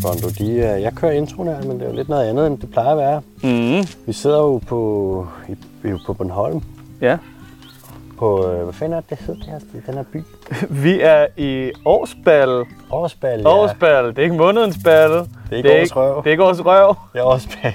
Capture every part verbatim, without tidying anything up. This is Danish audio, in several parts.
Bondo, de, uh, jeg kører introen her, men det er jo lidt noget andet, end det plejer at være. Mm. Vi sidder jo på, i, jo på Bornholm. Ja. På, øh, hvad fanden er det, det hedder det her, den her by? Vi er i Årsbal. Årsbal, ja. Årsbal, det er ikke månedens bal. Det er ikke års røv. Det er ikke års røv. Det er Årsbal.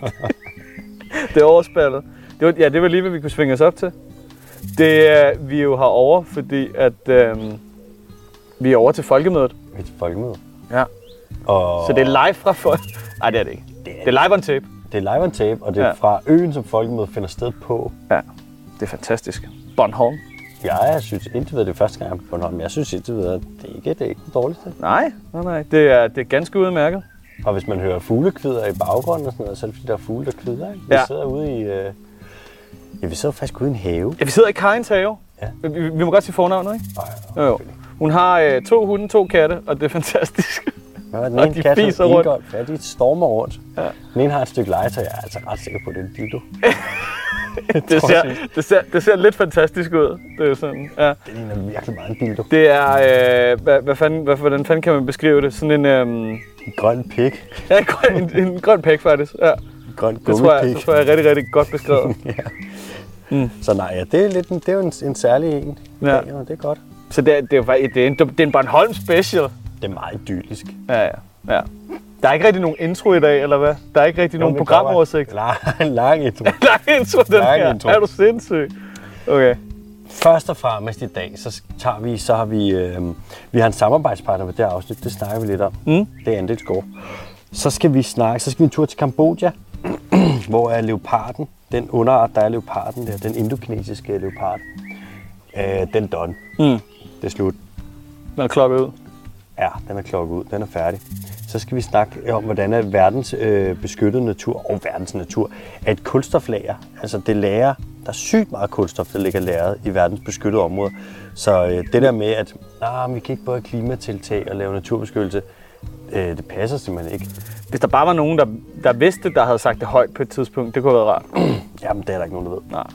Det er Årsballet. Det var, ja, det var lige, hvad vi kunne svinge os op til. Det er vi jo herovre, fordi at øhm, vi er over til folkemødet. Vi er til folkemødet. Ja. Og så det er live fra folk. Nej, det er det ikke. Det er, det er live on tape. Det er live on tape, og det er ja. fra øen, som folkemødet finder sted på. Ja, det er fantastisk. Bornholm. Ja, jeg synes indtil videre, det er første gang jeg er på Bornholm. Jeg synes indtil videre, det er ikke det, er ikke det dårligste. Nej, nej, nej. Det er, det er ganske udmærket. Og hvis man hører fuglekvider i baggrunden og sådan noget, så er det fordi, der er fugle, der kvider, ikke? Vi ja. sidder ude i... Øh... Ja, vi sidder faktisk ude i en have. Ja, vi sidder i Karins have. Ja. Vi, vi må godt sige fornavnet, ikke? Nej, jo, jo. Hun har øh, to hunde, to katte, og det er fantastisk. Ja, den ene de kat fiser er rundt. godt, ja, de stormer rundt. Ja. Den ene har et stykke legetøj, jeg er altså ret sikker på, det er en dildo. det, ser, det, ser, det ser lidt fantastisk ud. Det er sådan, ja. Det ligner virkelig meget en dildo. Det er, øh, hvad, hvad fanden, hvad, hvordan fanden kan man beskrive det? Sådan en... Øhm... En grøn pik. Ja, en grøn, en, en grøn pik faktisk, ja. En grøn gummipik. Det tror jeg, det tror jeg er rigtig, rigtig godt beskrevet. ja. Mm. Så nej, ja, det er, lidt en, det er jo en, en særlig en. Ja. Ja, det er godt. Så det er, det er, det er, en, det er en Bornholm special. Det er meget idyllisk. Ja, ja, ja. Der er ikke rigtig nogen intro i dag, eller hvad? Der er ikke rigtig nogen programoversigt. Lang, lang intro. lang intro, den lang her. Intro. Er du sindssyg? Okay. Først og fremmest i dag, så tager vi, så har vi, øh, vi har en samarbejdspartner ved det her afsnit. Det snakker vi lidt om. Mm. Det er Andelsgård. Så skal vi snakke, så skal vi en tur til Kambodja, hvor er leoparden, den underart, der er leoparden der, den indokinesiske leopard, øh, den done. Mm. Det er slut. Den er klokket ud. Ja, den er klokket ud. Den er færdig. Så skal vi snakke om, hvordan er verdens øh, beskyttede natur og verdens natur er et kulstoflager. Altså det lager, der er sygt meget kulstof, der ligger lagret i verdens beskyttede områder. Så øh, det der med, at nah, vi kan ikke både klimatiltag og lave naturbeskyttelse, øh, det passer simpelthen ikke. Hvis der bare var nogen, der, der vidste, der havde sagt det højt på et tidspunkt, det kunne have været rart. Jamen, det er der ikke nogen, der ved. Nej.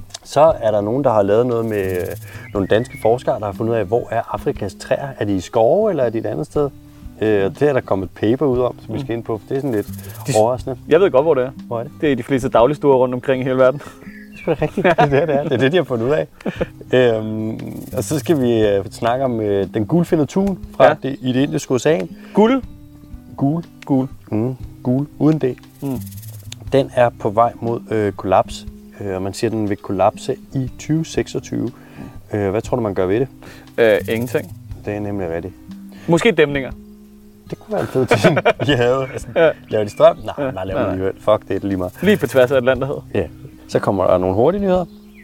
Så er der nogen, der har lavet noget med øh, nogle danske forskere, der har fundet ud af, hvor er Afrikas træer? Er de i skove, eller er de et andet sted? Øh, det er der kommet et paper ud om, som vi skal ind på. Det er sådan lidt de, overraskende. Jeg ved godt, hvor det er. Hvor er det? Det er i de fleste dagligstuer rundt omkring i hele verden. Det er sgu da rigtigt. Det er det, det er. Det er det, de har fundet ud af. øhm, og så skal vi øh, snakke om øh, den gulfindede tun fra ja. det, i det indiske ocean. Guld? Gul. Gul. Mm, gul. Uden det. Mm. Den er på vej mod øh, kollaps. Øh, og man siger, at den vil kollapse i tyve seksogtyve. Mm. Øh, hvad tror du, man gør ved det? Øh, ingenting. Det er nemlig rigtigt. Måske dæmninger. Det kunne være en fed ting, I havde. Altså, ja. Laver de strøm? Nej, ja. nej, laver de alligevel. Fuck, det er det lige meget. Lige på tværs af Atlanterhavet. Ja. Så kommer der nogle hurtige nyheder.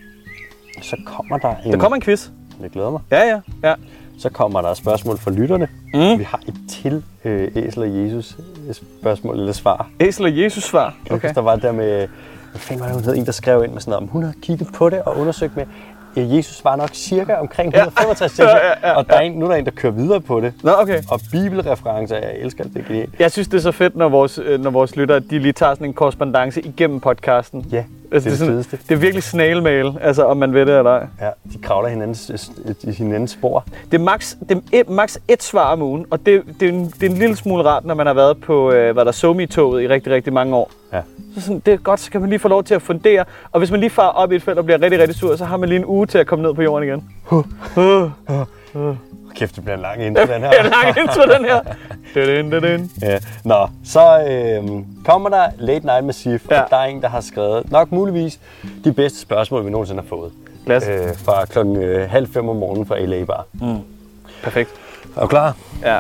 Så kommer der en... Der kommer en quiz. Det glæder mig. Ja, ja, ja. Så kommer der spørgsmål fra lytterne. Mm. Vi har et til øh, Æsel og Jesus spørgsmål eller svar. Æsel og Jesus svar? Okay. Der var der med... Hvad fanden var det, hun hed? En, der skrev ind med sådan noget, om hun havde kigget på det og undersøgt med... Jesus var nok cirka omkring et hundrede og femogtres ja. ja, ja, ja. Og der er en, nu er der en, der kører videre på det. Nå, okay. Og bibelreferencer, jeg elsker det. Det jeg synes, det er så fedt, når vores, når vores lyttere de lige tager sådan en korrespondance igennem podcasten. Ja, altså, det er det, det, det er virkelig snail-mail, altså om man ved det eller ej. Ja, de kravler hinandens, hinandens spor. Det er max, det er max et svar om ugen, og det, det, er en, det er en lille smule rart, når man har været på øh, hvad der SoMe-toget i rigtig, rigtig mange år. Ja. Så sådan, det er godt, så kan man lige få lov til at fundere. Og hvis man lige farer op i et felt og bliver rigtig, rigtig sur, så har man lige en uge til at komme ned på jorden igen. Uh. Uh. Uh. Kæft, det bliver en lang intro, den her. Det er en lang intro, den her. Dun, dun, dun. Ja. Nå, så øh, kommer der Late Night med Sif, ja. Og der er en, der har skrevet nok muligvis de bedste spørgsmål, vi nogensinde har fået. Øh, fra klokken øh, halv fem om morgenen fra L A Bar. Mm. Perfekt. Er du klar? Ja.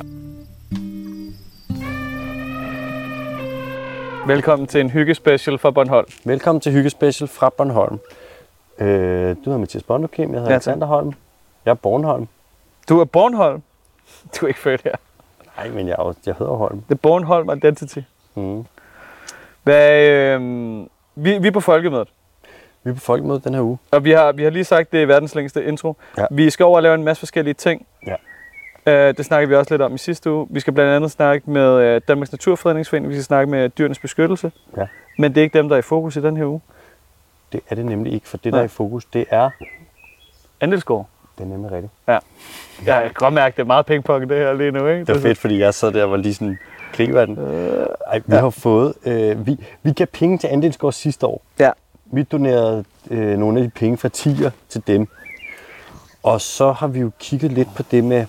Velkommen til en hyggespecial fra Bornholm. Velkommen til hyggespecial fra Bornholm. Øh, du hedder Mathias Bondo, Kim. Jeg hedder ja, Alexander Holm. Jeg er Bornholm. Du er Bornholm? Du er ikke født her. Nej, men jeg, jeg hedder Holm. Det er Bornholm Identity. Mm. Hvad, øh, vi, vi er på folkemødet. Vi er på folkemødet den her uge. Og vi har, vi har lige sagt, det er verdens længste intro. Ja. Vi skal over og lave en masse forskellige ting. Ja. Uh, det snakker vi også lidt om i sidste uge. Vi skal blandt andet snakke med uh, Danmarks Naturfredningsforening. Vi skal snakke med Dyrenes Beskyttelse. Ja. Men det er ikke dem, der er i fokus i den her uge. Det er det nemlig ikke, for det, der er i fokus, det er... Andelsgård. Det er nemlig rigtigt. Ja. Ja, jeg kan godt mærke, det er meget pingpong det her lige nu, ikke? Det er fedt, fordi jeg sad der og var lige sådan... Griber den. Ej, vi ja. har fået... Øh, vi, vi gav penge til Andelsgård sidste år. Ja. Vi donerede øh, nogle af de penge fra tier til dem. Og så har vi jo kigget lidt på det med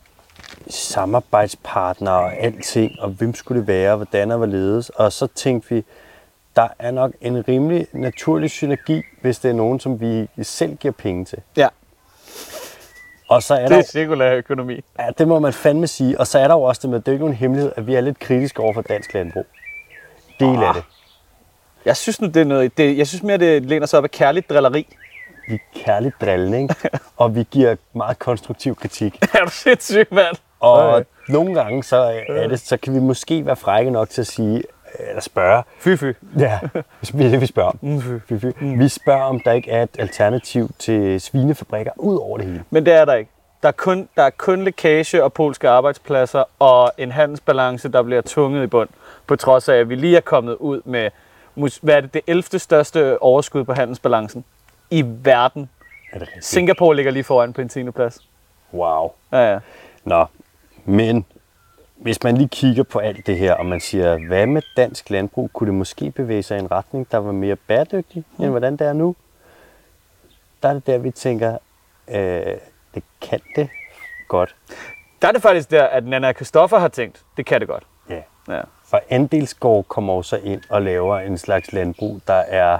samarbejdspartnere og alting, og hvem skulle det være, hvordan og hvorledes. Og så tænkte vi, der er nok en rimelig naturlig synergi, hvis det er nogen, som vi selv giver penge til. Ja. Og så er det der er cirkulær økonomi. Ja, det må man fandme sige. Og så er der jo også det med, det er jo ikke nogen hemmelighed, at vi er lidt kritiske over for dansk landbrug. Del af det. Jeg synes nu, det er noget... Det, jeg synes mere, det læner sig op af kærligt drilleri. Vi er kærligt drillende, ikke? Og vi giver meget konstruktiv kritik. Er du sindssyg, mand? Og okay. nogle gange, så, er det, så kan vi måske være frække nok til at sige, eller spørge. Fy, fy. Ja, det er det, vi spørger om. Mm, fy. Fy, fy. Mm. Vi spørger, om der ikke er et alternativ til svinefabrikker ud over det hele. Men det er der ikke. Der er kun, der er kun lækage og polske arbejdspladser og en handelsbalance, der bliver tvunget i bund. På trods af, at vi lige er kommet ud med, hvad er det, det ellevte største overskud på handelsbalancen i verden. Er det rigtigt? Singapore ligger lige foran på en tiende plads. Wow. Ja, ja. Nå, men hvis man lige kigger på alt det her, og man siger, hvad med dansk landbrug, kunne det måske bevæge sig i en retning, der var mere bæredygtig, mm. end hvordan det er nu? Der er det der, vi tænker, øh, det kan det godt. Der er det faktisk der, at Nanna og Christoffer har tænkt, det kan det godt. Ja, ja. For Andelsgård kommer også ind og laver en slags landbrug, der er...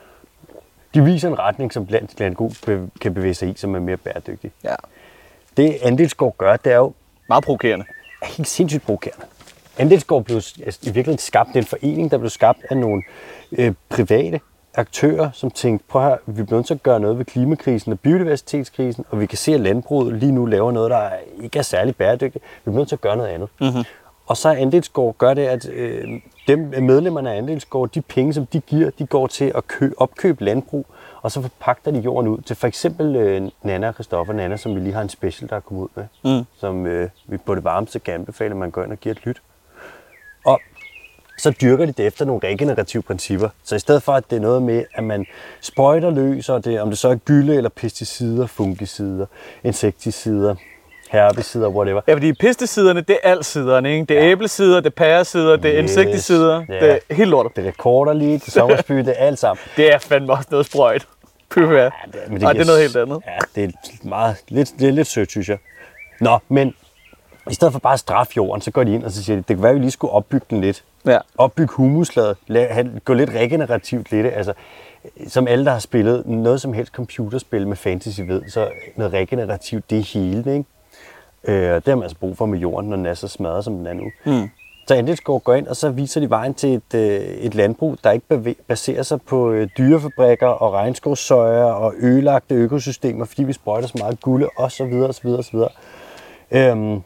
De viser en retning, som dansk landbrug kan bevæge sig i, som er mere bæredygtig. Ja. Det Andelsgård gør, det er jo... Meget provokerende. Helt sindssygt provokerende. Andelsgård blev altså, i virkeligheden skabt, det er en forening, der blev skabt af nogle øh, private aktører, som tænkte, prøv her, vi bliver nødt til at gøre noget ved klimakrisen og biodiversitetskrisen, og vi kan se, at landbruget lige nu laver noget, der ikke er særlig bæredygtigt. Vi bliver nødt til at gøre noget andet. Mm-hmm. Og så Andelsgård gør det, at øh, dem, medlemmerne af Andelsgård, de penge, som de giver, de går til at kø, opkøbe landbrug, og så forpagter de jorden ud til for eksempel øh, Nanna og Christoffer. Nanna, som vi lige har en special, der er kommet ud med, mm. som øh, vi på det varmeste kan anbefale, at man går ind og giver et lyt. Og så dyrker de det efter nogle regenerative principper. Så i stedet for, at det er noget med, at man sprøjter løs, og det, om det så er gylde eller pesticider, fungicider, insekticider, herbicider, whatever. Ja, fordi pesticiderne, det er altsiderne, ikke? Det er ja. æblesider, det er pæresider, det er yes. insekticider, ja. det er helt lortet. Det er rekorder lige, det er sommersby, det er alt sammen. Det er fandme også noget sprøjt. Pyh, ja. ja det, men det, og det er noget helt andet. Ja, det er meget, lidt, det er lidt sødt, synes jeg. Nå, men i stedet for bare at straffe jorden, så går de ind og så siger, de, det kan være, at vi lige skulle opbygge den lidt. Ja. Opbygge humuslaget, gå lidt regenerativt lidt. Altså, som alle, der har spillet noget som helst computerspil med fantasy ved, så noget regenerativt, det er hele, ikke? Øh, det har man altså brug for med jorden, når den er så smadret, som den er nu. Mm. Så Andelsgård går ind, og så viser de vejen til et, et landbrug, der ikke baserer sig på dyrefabrikker og regnskovssøjer og ødelagte økosystemer, fordi vi sprøjter så meget gulde, og så videre, og så videre, og så videre. Øhm,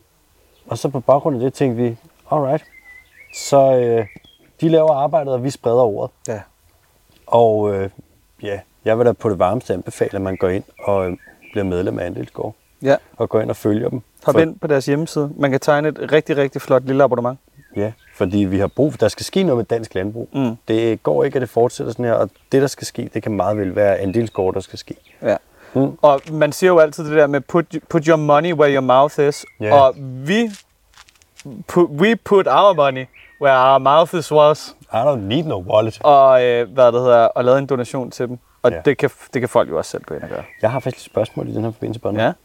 og så på baggrund af det tænkte vi, alright, så øh, de laver arbejdet, og vi spreder ordet. Ja. Og øh, ja, jeg vil da på det varmeste anbefale, at man går ind og øh, bliver medlem af Andelsgård. Ja. Og går ind og følger dem. Hop for... ind på deres hjemmeside. Man kan tegne et rigtig, rigtig flot lille abonnement. Ja, fordi vi har brug for, der skal ske noget med dansk landbrug. Mm. Det går ikke, at det fortsætter sådan her, og det, der skal ske, det kan meget vel være Andelsgård, der skal ske. Ja. Mm. Og man siger jo altid det der med, put, put your money where your mouth is. Yeah. Og vi, put, we put our money where our mouth is was. I don't need no wallet. Og, øh, hvad det hedder, og lavet en donation til dem. Og yeah. det, kan, det kan folk jo også selv gå ind og gøre. Jeg har faktisk et spørgsmål i den her forbindelse, Bonne. Ja.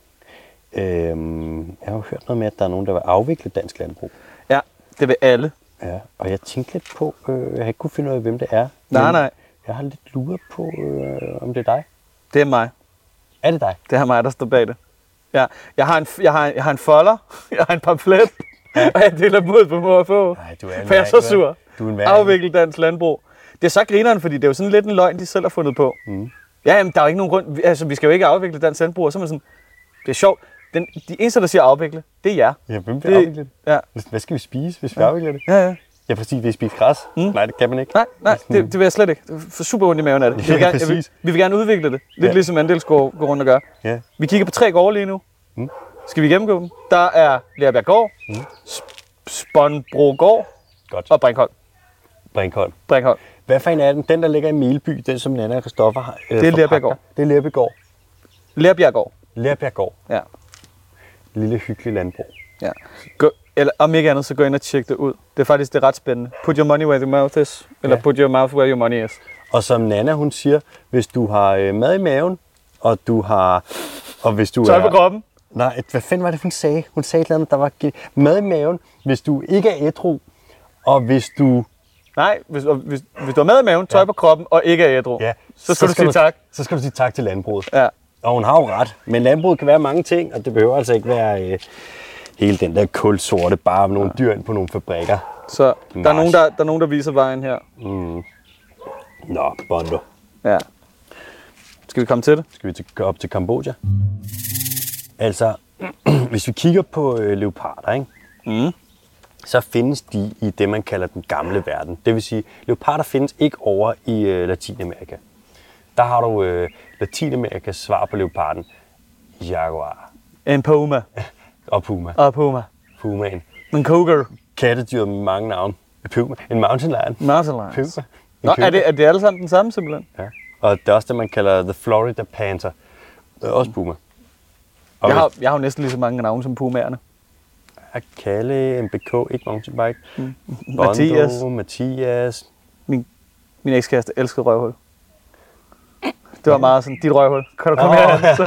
Øhm, jeg har jo hørt noget med, at der er nogen, der vil afvikle dansk landbrug. Ja, det vil alle. Ja, og jeg tænkte lidt på, øh, jeg har ikke kunne finde ud af, hvem det er. Nej, nej. Jeg har lidt luret på, øh, om det er dig. Det er mig. Er det dig? Det er mig, der står bag det. Ja, jeg har en, jeg har, jeg har en folder, jeg har en pamflet, ja. Og jeg deler dem ud på H F H. Nej, du er en for jeg er så sur. Du er en afvikle dansk landbrug. Det er så grineren, fordi det er jo sådan lidt en løgn, de selv har fundet på. Mm. Ja, jamen, der er jo ikke nogen grund. Altså, vi skal jo ikke afvikle dansk landbrug, og så er man sådan, det er sjovt. Den, de eneste, der siger afvikle, det er jer. Ja, hvem vil afvikle det? Ja. Hvad skal vi spise, hvis vi ja. afvikler det? Ja, ja. Ja, præcis, vi spiser græs. Mm. Nej, det kan man ikke. Nej, nej, det, det vil jeg slet ikke. Det er for super ondt i maven af det. Vi vil, gerne, vil, vi vil gerne udvikle det. Lidt ja. Ligesom Andelsgård går rundt og gør. Ja. Vi kigger på tre gårde lige nu. Mm. Skal vi gennemgå dem? Der er Lærbjerggård, mm. Spånbrogård og Brinkholm. Brinkholm. Brinkholm. Hvad for en af dem? Den, der ligger i Melby, den som Nanna og Christoffer har. Øh, det er Lærbjerggård. Det er Lærbjerggård. Lærbjerggård. Lærbjerggård. Ja. Lille hyggelig landbrug. Ja. Gå, Eller om ikke andet, så gå ind og tjek det ud. Det er faktisk det er ret spændende. Put your money where your mouth is. Eller Ja. put your mouth where your money is. Og som Nana, hun siger, hvis du har øh, mad i maven, og du har... Og hvis du Tøj på er... kroppen. Nej, hvad fanden var det, hun sagde? Hun sagde et eller andet, der var mad i maven, hvis du ikke er ædru, og hvis du... Nej, hvis, hvis, hvis du har mad i maven, tøj Ja. på kroppen og ikke er ædru, Ja, så skal du sige tak. Så skal du sige tak til landbruget. Ja. Og hun har jo ret, men landbruget kan være mange ting, og det behøver altså ikke være øh, hele den der kulsorte, bare med nogle dyr ind på nogle fabrikker. Så der er, Mars. nogen, der, der er nogen, der viser vejen her. Nå, Bondo. Ja. Skal vi komme til det? Skal vi til, op til Kambodja? Altså, hvis vi kigger på øh, leoparder, ikke? Mm. Så findes de i det, man kalder den gamle verden. Det vil sige, leoparder findes ikke over i øh, Latinamerika. Der har du øh, Latinamerikas svar på leoparden. Jaguar En puma. og puma. Og puma. Pumaen. En cougar. Kattedyr med mange navne. Puma. En mountain lion. Mountain lions. Puma. En Nå, cougar. er det, er det alle sammen den samme simpelthen? Ja. Og det er også det, man kalder the Florida Panther. Det er også puma. Og Jeg har, jeg har jo næsten lige så mange navne som pumaerne. Kalle, M B K, ikke mountainbike. Mm. Bondo, Mathias. Mathias. Min, min ekskæreste elskede røvhul. Det var meget sådan, dit røvhul. Kan du komme Åh. oh. her? Så,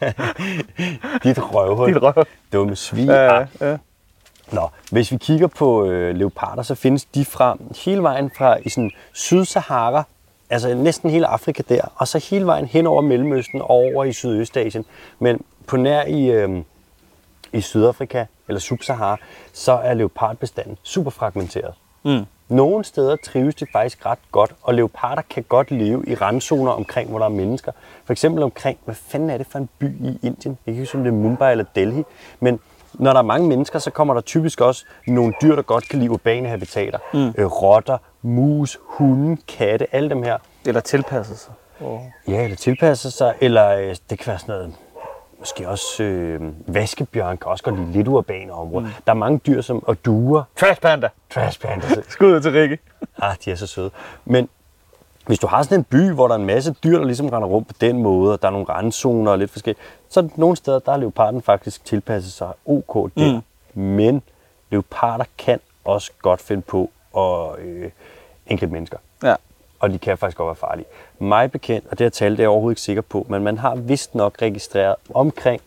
Dit røvhul. dit røvhul. Dumme svin. Ja, Ah. ja. Nå, hvis vi kigger på øh, leoparder, så findes de fra hele vejen fra i sådan Syd-Sahara, altså næsten hele Afrika der, og så hele vejen hen over Mellemøsten og over i Sydøstasien. Men på nær i, øh, i Sydafrika eller Sub-Sahara, så er leopardbestanden super fragmenteret. Mm. Nogle steder trives de faktisk ret godt, og leoparder kan godt leve i randzoner omkring, hvor der er mennesker. For eksempel omkring, hvad fanden er det for en by i Indien? Jeg kan ikke huske, om det er Mumbai eller Delhi. Men når der er mange mennesker, så kommer der typisk også nogle dyr, der godt kan lide urbane habitater. Mm. Øh, rotter, mus, hunde, katte, alle dem her. Eller tilpasset sig. Oh. Ja, eller tilpasser sig, eller øh, det kan være sådan noget, måske også øh, vaskebjørn kan også godt lide lidt urbane områder. Mm. Der er mange dyr, som, og duer, Trash panda. trash pandas. Skud ud til Rikke. Ah, de er så søde. Men hvis du har sådan en by, hvor der er en masse dyr, der ligesom render rundt på den måde, og der er nogle randzoner og lidt forskelligt, så er der nogle steder, der er leoparden faktisk tilpasset sig ok der. Mm. Men leoparder kan også godt finde på at øh, angribe mennesker. Ja. Og de kan faktisk godt være farlige. Mig bekendt, og det her tal det er jeg overhovedet ikke sikker på, men man har vist nok registreret omkring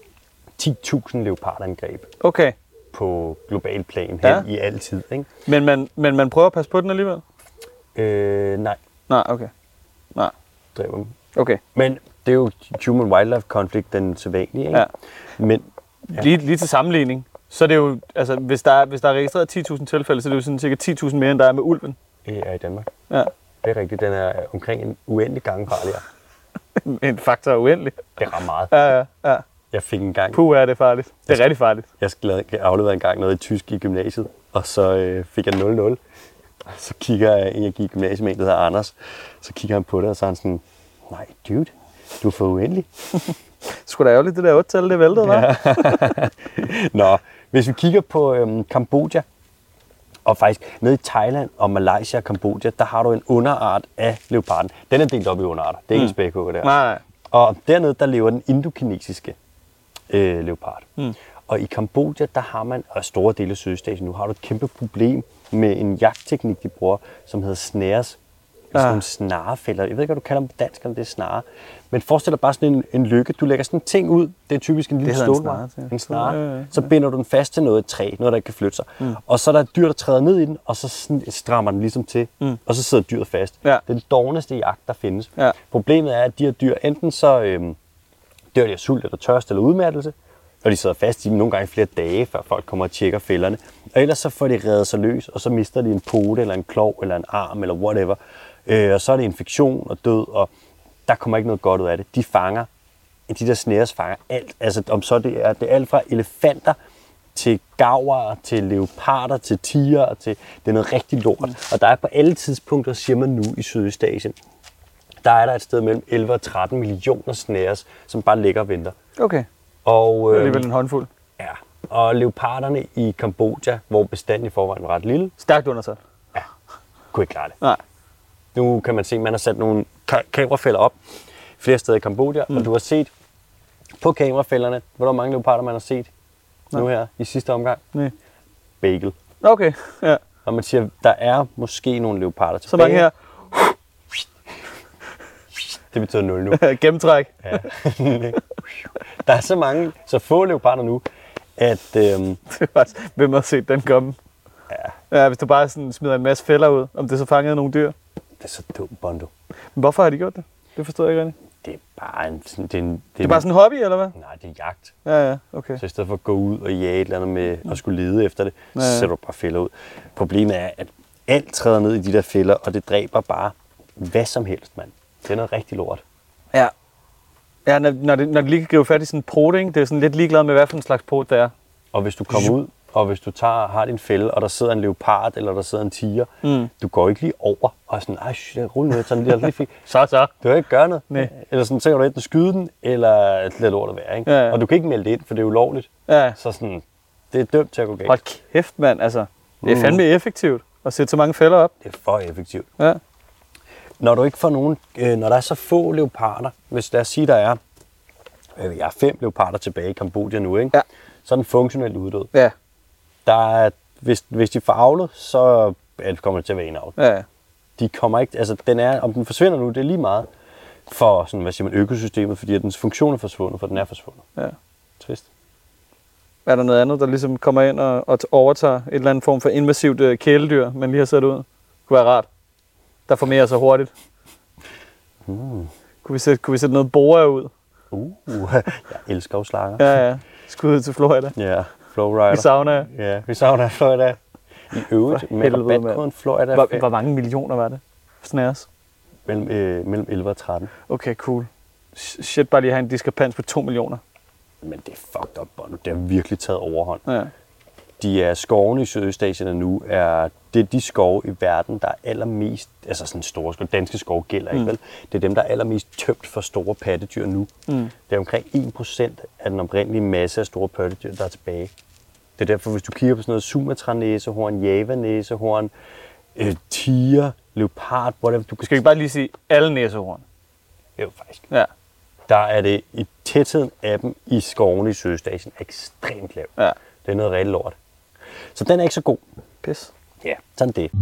ti tusind leopardangreb Okay. på global plan hen Ja. i al tid. Ikke? Men man, men man prøver at passe på den alligevel? Øh, nej, Nej, okay. Nej, dræber dem. okay. Men det er jo human-wildlife konflikt, den sædvanlige, ikke? Ja. Men Lige, lige til sammenligning, så er det jo, altså hvis der er, hvis der er registreret ti tusind tilfælde, så er det jo sådan cirka ti tusind mere, end der er med ulven. det er i Danmark. Ja. Det er rigtigt, den er omkring en uendelig gang farligere. En faktor er uendelig. Det er ret meget. Ja, ja, ja. Jeg fik en gang, Puh, er det farligt. Det er rigtig farligt. jeg skulle aflevere en gang noget i tysk i gymnasiet, og så øh, fik jeg nul nul. Så kigger jeg, en jeg gik i gymnasiet med, en, der hedder Anders, så kigger han på det, og så er han sådan, nej, dude, du er for uendelig. Skulle da ærgerligt, det der otte-tal, det væltede, hva'? Ja. Nå, hvis vi kigger på øhm, Kambodja, og faktisk nede i Thailand og Malaysia og Kambodja, der har du en underart af leoparden. Den er delt op i underarter, det er ikke mm. en spækhugger der. Nej, nej. Og dernede, der lever den indokinesiske øh, leopard. Mm. Og i Kambodja, der har man, og store dele af Sydøstasien nu, har du et kæmpe problem med en jagtteknik, de bruger, som hedder snares. Sådan nogle snarefælder. Jeg ved ikke, hvad du kalder dem på dansk, eller det er snare. Men forestil dig bare sådan en, en lykke. Du lægger sådan en ting ud. Det er typisk en lille hedder en stålvare. snare, En snare. Ja, ja, ja. Så binder du den fast til noget et træ, noget der ikke kan flytte sig. Mm. Og så er der et dyr, der træder ned i den, og så sådan strammer den ligesom til. Mm. Og så sidder dyret fast. Ja. Det er den dårligste jagt, der findes. Ja. Problemet er, at de her dyr, enten så øhm, dør de af sult eller tørst eller udmattelse, og de sidder fast i dem nogle gange flere dage, før folk kommer og tjekker fælderne. Og ellers så får de reddet sig løs, og så mister de en pote, eller en klov, eller en arm, eller whatever. Øh, og så er det infektion og død, og der kommer ikke noget godt ud af det. De fanger, de der snares fanger alt. Altså om så det er, det er alt fra elefanter til gavere, til leoparder, til tiger, til det er noget rigtig lort. Mm. Og der er på alle tidspunkter, siger man nu i Sydøstasien, der er der et sted mellem elleve og tretten millioner snares, som bare ligger og venter. Okay. Og, Det er øh, alligevel en håndfuld. ja, og leoparderne i Kambodja, hvor bestanden i forvejen var ret lille, Stærkt undersat. kunne ikke klare det. Nej. Nu kan man se, at man har sat nogle ka- kamerafælder op flere steder i Kambodja, mm. og du har set på kamerafælderne, hvor mange leoparder man har set Nej. nu her i sidste omgang. Nej. bagel. Okay, ja. Og man siger, der er måske nogle leoparder tilbage. Så mange her. Det betyder nul nu. Gennemtræk. Ja. Der er så mange, så få leoparder nu, at... Øhm, Hvem har set den komme? Ja. Ja, hvis du bare sådan smider en masse fælder ud, om det så fangede nogle dyr. Det er så dumt, Bondo. Men hvorfor har de gjort det? Det forstår jeg ikke rigtig. Det er bare en... Det er, en, det Det er bare sådan en hobby, eller hvad? Nej, det er jagt. Ja, ja, okay. Så i stedet for at gå ud og jage et eller andet med at skulle lede efter det, Ja, så ja. sætter du bare fælder ud. Problemet er, at alt træder ned i de der fælder, og det dræber bare hvad som helst, mand. Det er noget rigtig lort. Ja. Ja, når, når, det, når det lige kan gribe fat i sådan en pot, ikke? Det er sådan lidt ligeglad med, hvad for en slags pot det er. Og hvis du kommer ud, og hvis du tager, har din fælde, og der sidder en leopard, eller der sidder en tiger, mm. du går ikke lige over, og er sådan, ej, shit, rulle nu, jeg tager den lige, lige fik. Så, så. Du kan ikke gøre noget. Nej. Eller sådan, så kan du enten skyde den, eller lade lortet være, ikke? Ja, ja. Og du kan ikke melde det ind, for det er ulovligt. Ja. Så sådan, det er dømt til at gå galt. Hold kæft, mand. Altså, det er Mm. fandme effektivt at sætte så mange fælder op. Det er for effektivt. Ja. Når du ikke får nogen, øh, når der er så få leoparder, hvis lad os sige, der er, øh, jeg er fem leoparder tilbage i Kambodja nu, ikke? Ja. Så er den funktionelt uddød. Ja. Der er, hvis, hvis de får avlet, så ja, kommer det til at være en avl. Ja. De kommer ikke, altså den er, om den forsvinder nu, det er lige meget for sådan, hvad siger man, økosystemet, fordi at dens funktion er forsvundet, for den er forsvundet. Ja. Trist. Er der noget andet, der ligesom kommer ind og, og overtager et eller andet form for invasivt øh, kæledyr, man lige har sat ud? Det kunne være rart. Der formerer sig hurtigt. Mm. Kunne vi sætte, kunne vi sætte noget borer ud? Uh, jeg elsker jo slanger. Ja, ja. Skud ud til Florida. Ja, Flowrider. Vi savner. Ja, vi savner Florida. I øvrigt, For med helvede, rabatkoden Florida. Hvor, hvor mange millioner var det? Sådan er os. Mellem, øh, mellem elleve og tretten. Okay, cool. Shit, bare lige have en diskrepans på to millioner. Men det er fucked up, Bono. Det har virkelig taget overhånd. Ja. De er skovene i Sydøstasien nu, er det er de skove i verden, der er allermest, altså sådan store skove, danske skove gælder ikke Mm. vel, det er dem, der er allermest tømt for store pattedyr nu. Mm. Det er omkring en procent af den oprindelige masse af store pattedyr, der er tilbage. Det er derfor, hvis du kigger på sådan noget Sumatra-næsehorn, Java-næsehorn, øh, tiger, leopard, whatever, du kan Skal vi ikke bare lige sige alle næsehorn? Jo, faktisk. Ja. Der er det i tætheden af dem i skovene i Sydøstasien ekstremt lavt. Ja. Det er noget rigtig lort. Så den er ikke så god. Pis. Ja, sådan det.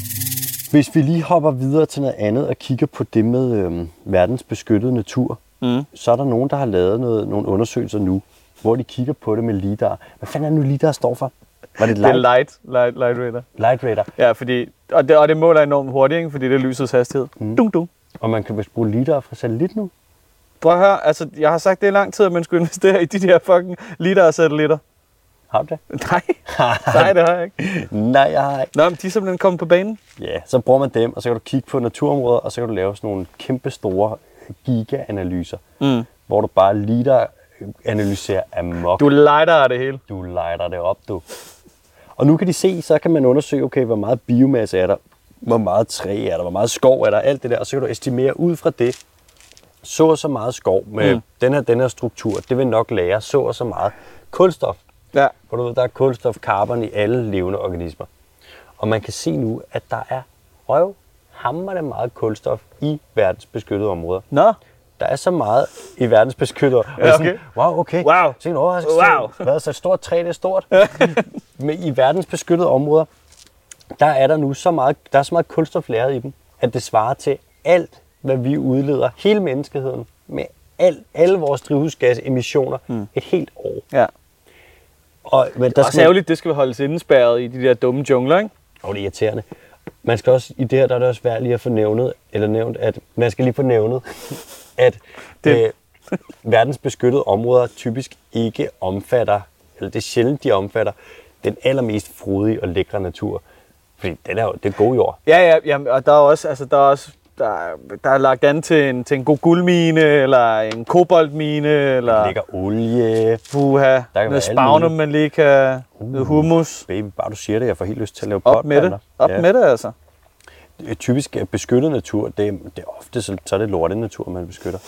Hvis vi lige hopper videre til noget andet og kigger på det med øhm, verdens beskyttede natur, Mm. så er der nogen, der har lavet noget, nogle undersøgelser nu, hvor de kigger på det med lidar. Hvad fanden er det nu lidar står for? Var det Det er light, light, light, light radar. light radar? Ja, fordi, og det, og det måler enormt hurtigt, ikke? Fordi det er lysets hastighed. Mm. Dung, dung. Og man kan vist bruge lidar fra satellit nu? Prøv at høre, altså, jeg har sagt det i lang tid, at man skulle investere i de der fucking lidar-satellitter. Har du det? Nej, nej, det har jeg ikke. Nej, jeg har ikke. Nå, men de er simpelthen kommet på banen. Ja, så bruger man dem, og så kan du kigge på naturområder, og så kan du lave sådan nogle kæmpe store giga-analyser, Mm. hvor du bare lidar analyserer amok. Du lighter af det hele. Du lighter det op, du. Og nu kan de se, så kan man undersøge, okay, hvor meget biomasse er der, hvor meget træ er der, hvor meget skov er der, alt det der, og så kan du estimere ud fra det, så og så meget skov med Mm. den her, den her struktur, det vil nok lære så og så meget kulstof. Ja. For du ved, der er kulstof, carbon i alle levende organismer. Og man kan se nu, at der er røv, hamrende meget kulstof i verdens beskyttede områder. Nå. Der er så meget i verdens beskyttede områder. Ja, Og det er okay. sådan, wow, okay. Wow. Så en overraskelse. Wow. Hvad, så et stort træ, det er stort. Men i verdens beskyttede områder, der er der nu så meget, der er så meget kulstof lagret i dem, at det svarer til alt, hvad vi udleder, hele menneskeheden, med al, alle vores drivhusgasemissioner mm. et helt år. Ja. Og, men der Det er også ærgerligt, det skal holdes indespærret i de der dumme jungler, ikke? Og det er irriterende. Man skal også, i det her, der er det også værd lige at få nævnet, eller nævnt, at man skal lige få nævnet, at Det- øh, verdens beskyttede områder typisk ikke omfatter, eller det er sjældent, de omfatter, den allermest frodige og lækre natur. Fordi den er jo, det er god jord. Ja, ja, ja, og der er også, altså, der er også der, er- der er lagt an til en, til en god guldmine, eller en koboltmine, eller Der ligger olie. puha, være noget alt spagnum, muligt. man lige kan, noget hummus. Baby, bare du siger det, jeg får helt lyst til at lave Op med det, potplanter. op Ja. med det altså. Typisk er beskyttet natur, det er, det er ofte så, så er det lortet natur, man beskytter.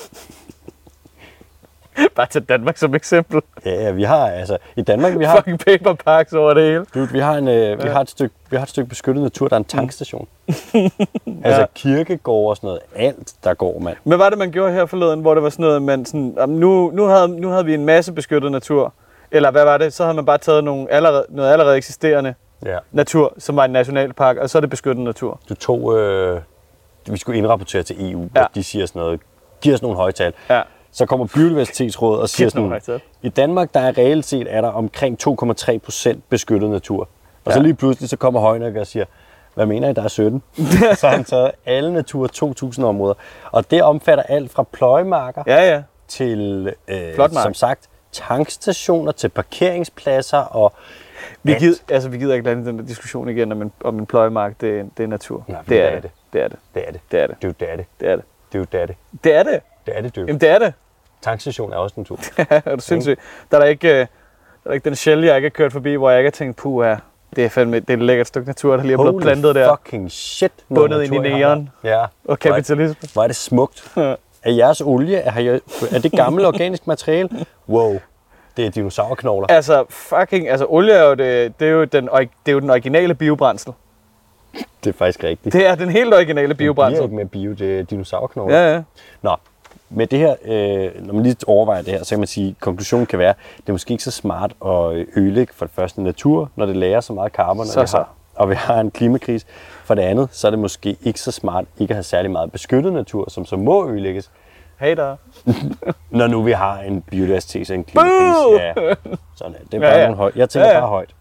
Bare til Danmark som eksempel. Ja, ja, vi har altså, i Danmark, vi har, Fucking paperparks over det hele. dude, vi har, en, øh, vi har et stykke, vi har et stykke beskyttet natur, der er en tankstation. Altså Ja. kirkegård og sådan noget, alt der går, mand. Hvad var det, man gjorde her forleden, hvor det var sådan noget, man sådan, jamen, nu, nu, havde, nu havde vi en masse beskyttet natur. Eller hvad var det? Så havde man bare taget nogle allerede, noget allerede eksisterende Ja. natur, som var en nationalpark, og så er det beskyttet natur. Du tog, øh, vi skulle indrapportere til E U, Ja. og de siger sådan noget, giver os nogle højtal. Ja. Så kommer Biodiversitetsrådet og siger os nogle sådan, højtal. i Danmark der er reelt set er der omkring to komma tre procent beskyttet natur. Og så Ja. lige pludselig så kommer Højnækker og siger, hvad mener I, der er sytten? Så har han taget alle Natura to tusind områder. Og det omfatter alt fra pløjemarker Ja, ja. til, øh, Flot mark. som sagt, tankstationer til parkeringspladser og Vi alt. gider, altså, vi gider ikke lande den der diskussion igen om en, om en pløjemark, det, er- det er natur. Nej, det, er hvad det. er det? det er det. Det er det. Det er det. Det er jo det er det. Det er det. Det er jo det er det. Det er det. Det er det, det er jo. Jamen, det er det. Tankstation er også natur. Er du sindssygt? Der er der ikke, øh, der er ikke den sjældne, jeg ikke har kørt forbi, hvor jeg ikke har tænkt, puh, ja, det er fandme det er et lækkert stykke natur, der lige er blevet Holy plantet der. fucking shit. noget Bundet ind i natur, I har neon. der. Ja. Og kapitalisme. Hvor er det smukt. Er jeres olie, er, jeg, er det gammelt organisk materiale? Wow, det er dinosaurknogler. Altså, fucking, altså olie er jo, det, det er jo, den, ori- det er jo den originale biobrændsel. Det er faktisk rigtigt. Det er den helt originale Det bliver biobrændsel. ikke med bio, det er dinosaurknogler. Ja, ja. Nå, med det her, øh, når man lige overvejer det her, så kan man sige, at konklusionen kan være, at det er måske ikke så smart at ødelægge for det første natur, når det lærer så meget carbon, Så, og, vi så. har, og vi har en klimakrise. For det andet, så er det måske ikke så smart ikke at have særlig meget beskyttet natur, som så må ødelægges, Hey der. når nu vi har en biodiversitet og en klimakrise. Ja, sådan er det. Det er bare Ja, ja. nogle højt. Jeg tænker Ja, ja. bare højt.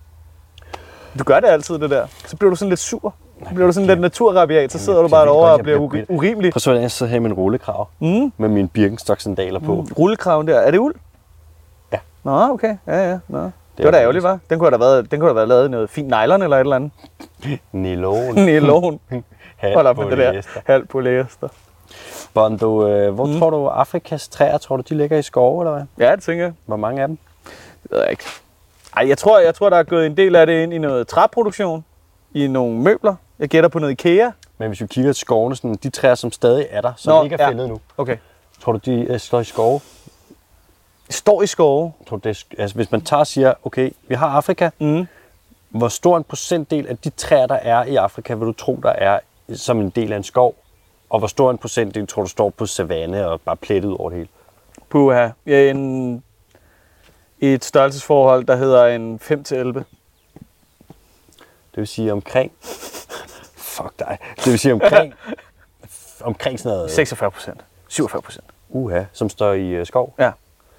Du gør det altid, det der. Så bliver du sådan lidt sur. Så bliver du sådan lidt naturrabiat, så sidder Jamen, du bare jeg ved derovre godt, og jeg bliver bliver uri- urimelig. Prøv så, hvordan jeg sidder her med en rullekrav Mm. med mine Birkenstock-sandaler på. Rullekraven der, er det uld? Ja. Nå, okay. Ja, ja. Nå. Det, det er var da faktisk- ærgerligt, var. Den kunne da have været, den kunne da have været lavet i noget fint nylon eller et eller andet. Nylon. Nylon. Hat, Hold op med det der. polyester. Halv polyester. Bondo, øh, hvor mm. tror du Afrikas træer, tror du de ligger i skove, eller hvad? Ja, det tænker jeg. Hvor mange af dem? Det ved jeg ikke. Ej, jeg tror, jeg tror, der er gået en del af det ind i noget træproduktion. I nogle møbler. Jeg gætter på noget IKEA. Men hvis vi kigger til skovene, sådan, de træer, som stadig er der, som Nå, ikke er ja. fældet nu, Okay. tror du, de øh, står i skove? Står i skove. Tror du, det er, sk- altså, hvis man tager og siger, okay, vi har Afrika, Mm. hvor stor en procentdel af de træer, der er i Afrika, vil du tro, der er som en del af en skov? Og hvor stor en procentdel tror du står på savanne og bare plettet ud over det hele? Puha. Ja, en, i et størrelsesforhold, der hedder en fem til elleve. Det vil sige omkring... Fuck dig. Det vil sige omkring... omkring sådan noget... seksogfyrre procent. syvogfyrre procent. Uha, som står i øh, skov. Ja.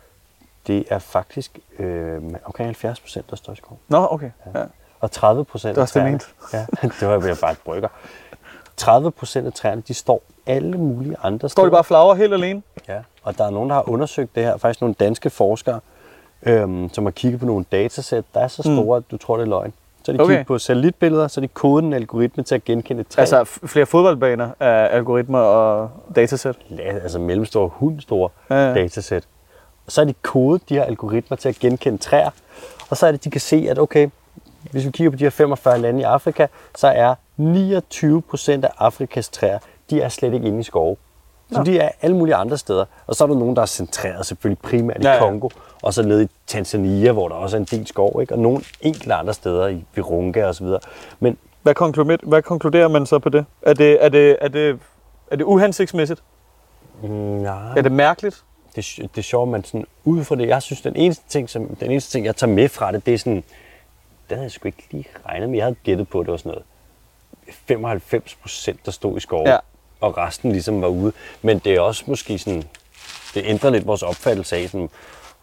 Det er faktisk øh, omkring halvfjerds procent, der står i skov. Nå, okay. Ja. Og tredive procent Det var også det, jeg Ja, det var jeg bare et brygger. tredive procent af træerne, de står alle mulige andre Står de bare flagre helt alene? Ja, og der er nogen, der har undersøgt det her. Faktisk nogle danske forskere, øhm, som har kigget på nogle datasæt, der er så store, mm. at du tror, det er løgn. Så de Okay. kigger på satellitbilleder, så de kodet en algoritme til at genkende et træ. Altså f- flere fodboldbaner af algoritmer og datasæt. Ja, altså mellemstore, hundstore Ja, ja. datasæt. Og så er de kodet de her algoritmer til at genkende træer. Og så er det, de kan se, at okay, hvis vi kigger på de her femogfyrre lande i Afrika, så er niogtyve procent af Afrikas træer, de er slet ikke inde i skove. Så Nå. de er alle mulige andre steder. Og så er der nogen, der er centreret selvfølgelig primært i Ja, ja. Kongo, og så nede i Tanzania, hvor der også er en del skov, ikke? Og nogle enkelte andre steder i Virunga og så videre. Men Hvad konkluderer, hvad konkluderer man så på det? Er det, er det, er det, er det uhensigtsmæssigt? mm, nej, Er det mærkeligt? det, det er sjovt, man sådan ud fra det. Jeg synes, den eneste ting, som, den eneste ting, jeg tager med fra det, det er sådan, det havde jeg sgu ikke lige regnet med. Jeg havde gættet på, det var sådan noget femoghalvfems procent, der stod i skoven, Ja. og resten ligesom var ude. Men det er også måske sådan, det ændrer lidt vores opfattelse af, sådan,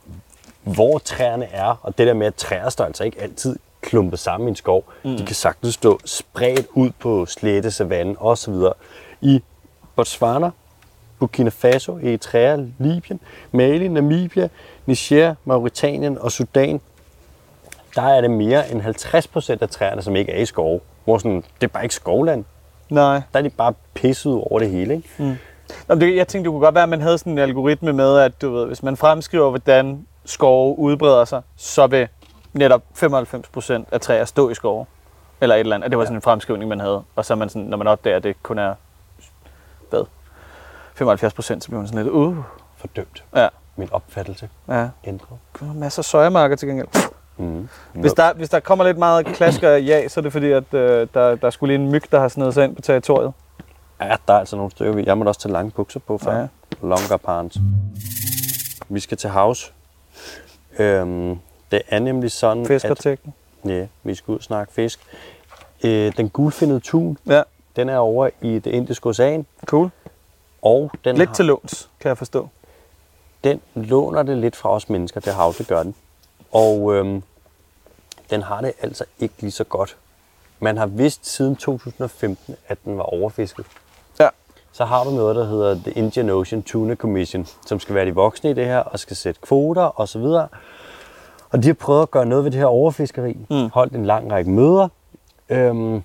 hvor træerne er, og det der med, at træer står altså ikke altid klumpet sammen i en skov. Mm. De kan sagtens stå spredt ud på slette, savanne osv. I Botswana, Burkina Faso, Eritrea, Libyen, Mali, Namibia, Niger, Mauritanien og Sudan, der er det mere end halvtreds procent af træerne, som ikke er i skove. Hvor sådan, det er bare ikke skovland. Nej. Der er de bare pisset ud over det hele, ikke? Mm. Nå, det, jeg tænkte, det kunne godt være, at man havde sådan en algoritme med, at du ved, hvis man fremskriver, hvordan skove udbreder sig, så vil netop femoghalvfems procent af træer stå i skove. Eller et eller andet. At det var sådan en fremskrivning, man havde. Og så er man sådan, når man opdager, at det kun er hvad? femoghalvfjerds procent, så bliver man sådan lidt, uh. Fordømt. Ja. Min opfattelse Ja. ændret. Masser af sojamarker til gengæld. Mm. Hvis der, hvis der kommer lidt meget klasker ja, så er det fordi, at øh, der, der er skulle lige en myg, der har snedet sig ind på territoriet. Ja, der er altså nogle stykker. Jeg må da også tage lange bukser på før. Ja. Ja. Longer pants. Vi skal til havs. Øhm, det er nemlig sådan, Fiskertekten. at ja, vi skal ud og snakke fisk. Øh, den gulfindede tun, Ja, den er over i det Indiske Ocean, cool. og den, Lidt har, til låns, kan jeg forstå. den låner det lidt fra os mennesker, det hav, det gør den. Og øhm, den har det altså ikke lige så godt. Man har vidst siden to tusind og femten, at den var overfisket. Ja. Så har du noget, der hedder The Indian Ocean Tuna Commission, som skal være de voksne i det her, og skal sætte kvoter osv. Og de har prøvet at gøre noget ved det her overfiskeri. Mm. Holdt en lang række møder. Øhm,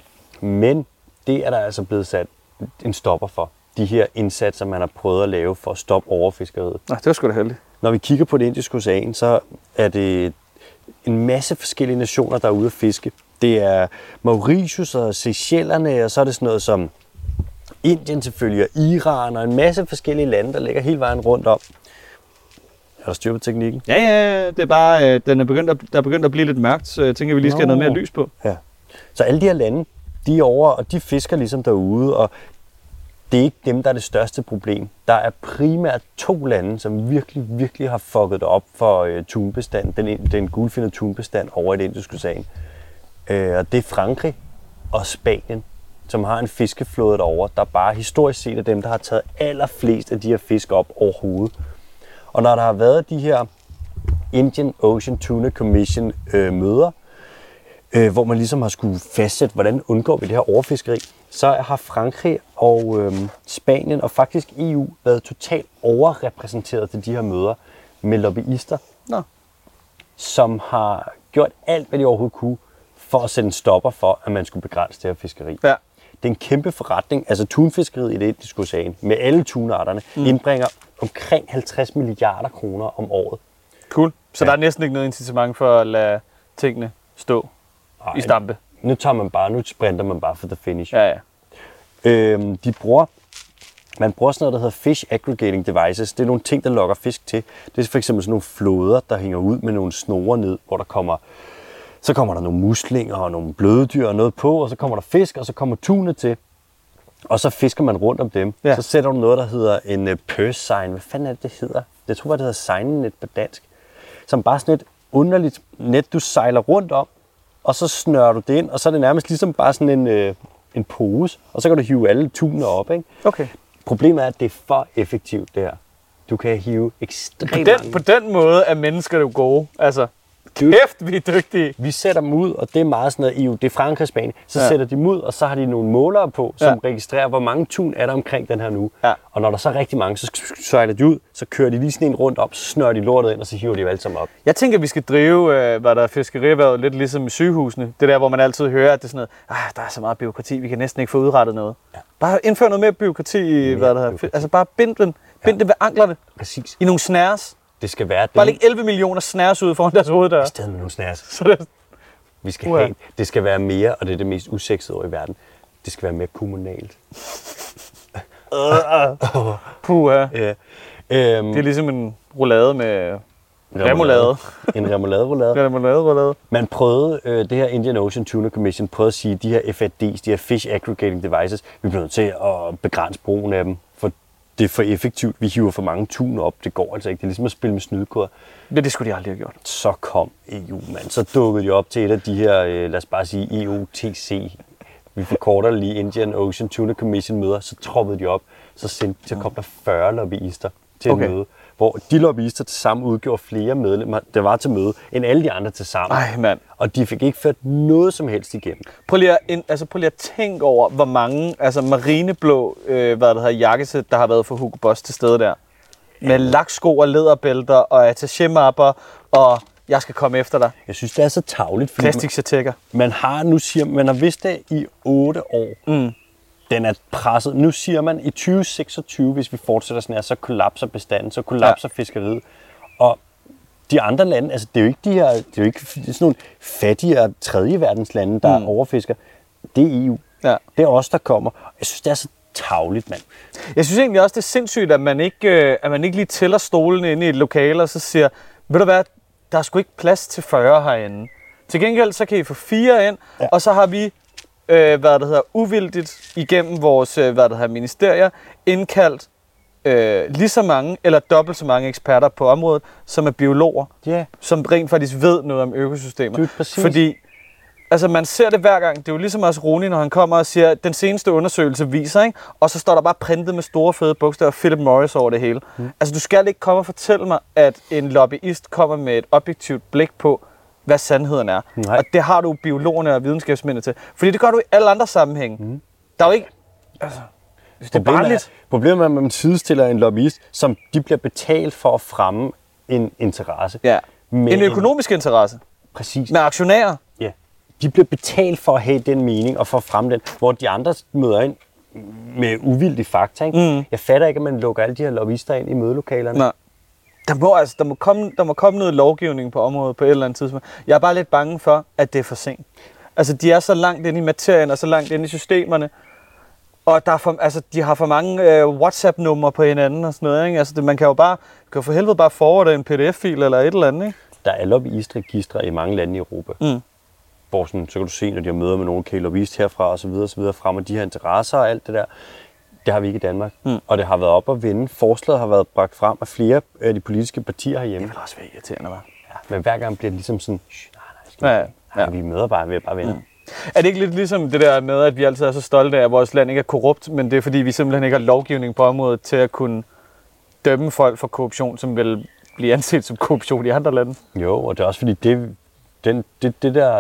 men det er der altså blevet sat en stopper for. De her indsatser, man har prøvet at lave for at stoppe overfiskeriet. Nej, det var sgu da heldigt. Når vi kigger på det Indiske Ocean, så er det en masse forskellige nationer, der er ude at fiske. Det er Mauritius og Seychellerne, og så er det sådan noget som Indien selvfølgelig, og Iran, og en masse forskellige lande, der ligger hele vejen rundt om. Er der styr på teknikken? Ja, ja, det er bare, øh, den er begyndt at, der er begyndt at blive lidt mørkt, så jeg tænker, vi lige skal have noget mere lys på. Ja. Så alle de her lande, de er over, og de fisker ligesom derude, og det er ikke dem, der er det største problem. Der er primært to lande, som virkelig, virkelig har fucket det op for øh, tunbestand, den, den gulfindede tunbestand over i det Indiske Ocean. Øh, og det er Frankrig og Spanien, som har en fiskeflåde derovre, der bare historisk set er dem, der har taget allerflest af de her fisk op overhovedet. Og når der har været de her Indian Ocean Tuna Commission øh, møder, øh, hvor man ligesom har skulle fastsætte, hvordan undgår vi det her overfiskeri, så har Frankrig og øh, Spanien og faktisk E U været totalt overrepræsenteret til de her møder med lobbyister, Nå. som har gjort alt, hvad de overhovedet kunne, for at sætte en stopper for, at man skulle begrænse det her fiskeri. Ja. Det er en kæmpe forretning. Altså tunfiskeriet i det Indiske Ocean med alle tunarterne mm. indbringer omkring halvtreds milliarder kroner om året. Cool. Så Ja. der er næsten ikke noget incitament for at lade tingene stå Ej, i stampe. Nu tager man bare, nu sprinter man bare for the finish. Ja, ja. Øhm, de bruger, man bruger sådan noget, der hedder fish aggregating devices. Det er nogle ting, der lokker fisk til. Det er for eksempel sådan nogle floder, der hænger ud med nogle snore ned, hvor der kommer, så kommer der nogle muslinger og nogle bløddyr og noget på, og så kommer der fisk, og så kommer tunet til. Og så fisker man rundt om dem. Ja. Så sætter du noget, der hedder en uh, purse sign. Hvad fanden er det, det hedder? Jeg tror bare, det hedder sign-net på dansk. Som bare sådan et underligt net, du sejler rundt om, og så snører du det ind, og så er det nærmest ligesom bare sådan en, øh, en pose, og så kan du hive alle tuner op, ikke? Okay. Problemet er, at det er for effektivt, det her. Du kan hive På ekstremt den, mange. på den måde er mennesker jo gode. Altså, kæft, vi er dygtige. Vi sætter dem ud, og det er meget sådan noget E U. Det er Frankrig og Spanien. Så Ja. ja. sætter de dem ud, og så har de nogle målere på, som Ja. registrerer, hvor mange tun er der omkring den her nu. Ja. Og når der så er rigtig mange, så sejler de ud, så kører de lige sådan en rundt op, så snører de lortet ind, og så hiver de jo alle sammen op. Jeg tænker, vi skal drive, øh, hvad der er fiskerierhvervet, lidt ligesom i sygehusene. Det der, hvor man altid hører, at det er sådan noget, ah, der er så meget bureaukrati, vi kan næsten ikke få udrettet noget. Ja. Bare indfør noget mere bureaukrati i, Mere hvad der hedder. bureaukrati. Altså bare bind den, bind det ved anklerne Præcis. i nogle snæres. Det skal være Bare det. læg elleve millioner snæres ud foran deres hoveddør. I stedet med nogle snærs. Så det, Vi skal Uha. have, det skal være mere, og det er det mest usexede ord i verden, det skal være mere kommunalt. puha. Ja. Øhm, Det er ligesom en roulade med remoulade. En remoulade-roulade. Remoulade-roulade. Man prøvede, øh, det her Indian Ocean Tuna Commission prøvede at sige, at de her F A D's, de her Fish Aggregating Devices, vi bliver nødt til at begrænse brugen af dem, for det er for effektivt. Vi hiver for mange tun op, det går altså ikke. Det er ligesom at spille med snydekoder. Ja, det skulle de aldrig have gjort. Så kom E U, mand. Så dukkede de op til et af de her, øh, lad os bare sige E O T C. Vi forkorter lige Indian Ocean Tuna Commission møder, så troppede de op. Så, sendte, så kom der fyrre lobbyister til Okay. et møde, hvor de lobbyister til sammen udgjorde flere medlemmer, der var til møde, end alle de andre til sammen. Ej, mand. Og de fik ikke ført noget som helst igennem. Prøv lige at, ind, altså prøv lige at tænke over, hvor mange altså marineblå øh, hvad det hedder, jakkesæt, der har været for Hugo Boss til stede der. Med laksko og læderbælter og attaché-mapper, og jeg skal komme efter dig. Jeg synes, det er så tarveligt, fordi man, Plastiksatekker. man har nu siger, man har vidst det i otte år. Mm. Den er presset. Nu siger man, i tyve seksogtyve, hvis vi fortsætter sådan her, så kollapser bestanden, så kollapser ja. fiskeriet. Og de andre lande, altså det er jo ikke de her, det er jo ikke sådan nogle fattigere tredje verdenslande, der mm. overfisker. Det er E U. Ja. Det er os, der kommer. Jeg synes, det er så tarveligt, mand. Jeg synes egentlig også, det er sindssygt, at man ikke, øh, at man ikke lige tæller stolene inde i et lokale, og så siger, ved du hvad, der er sgu ikke plads til fyrre herinde. Til gengæld, så kan I få fire ind, ja. Og så har vi, øh, hvad det hedder, uvildigt igennem vores, øh, hvad det hedder, ministerier, indkaldt øh, lige så mange eller dobbelt så mange eksperter på området, som er biologer, yeah. som rent faktisk ved noget om økosystemer. Dude, præcis. Fordi altså, man ser det hver gang. Det er jo ligesom også Roni, når han kommer og siger, at den seneste undersøgelse viser, ikke? Og så står der bare printet med store fede bogstaver Philip Morris over det hele. Mm. Altså, du skal ikke komme og fortælle mig, at en lobbyist kommer med et objektivt blik på, hvad sandheden er. Nej. Og det har du biologerne og videnskabsmændene til. Fordi det gør du i alle andre sammenhænge. Mm. Der er jo ikke... Altså, det er barnligt. Problemet er, at man sidestiller en lobbyist, som de bliver betalt for at fremme en interesse. Ja. En økonomisk en... interesse. Præcis. Med aktionærer. Ja. De bliver betalt for at have den mening og for at fremme den, hvor de andre møder ind med uvildige fakta. Ikke? Mm. Jeg fatter ikke, at man lukker alle de her lobbyister ind i mødelokalerne. Nej. Der må, altså, der, må komme, der må komme noget lovgivning på området på et eller andet tidspunkt. Jeg er bare lidt bange for, at det er for sent. Altså, de er så langt inde i materien og så langt inde i systemerne. Og der er for, altså, de har for mange øh, WhatsApp-numre på hinanden og sådan noget. Ikke? Altså, det, man kan jo bare, kan for helvede bare forwarde en P D F-fil eller et eller andet. Ikke? Der er lobbyistregistre i mange lande i Europa. Mm. Hvor sådan, så kan du se, når de har møder med nogle okay, lobbyist herfra og så videre, og så videre frem, og de her interesser og alt det der. Det har vi ikke i Danmark. Mm. Og det har været op at vende. Forslaget har været bragt frem af flere af de politiske partier herhjemme. Det vil også være irriterende, hva'? Ja, men hver gang bliver det ligesom sådan, nej, nej, skal ja, ja. Nej, vi møder bare, vi er bare venner. Mm. Er det ikke lidt ligesom det der med, at vi altid er så stolte af, at vores land ikke er korrupt, men det er fordi, vi simpelthen ikke har lovgivning på området til at kunne dømme folk for korruption, som vil blive anset som korruption i andre lande? Jo, og det er også fordi, det, den, det, det der,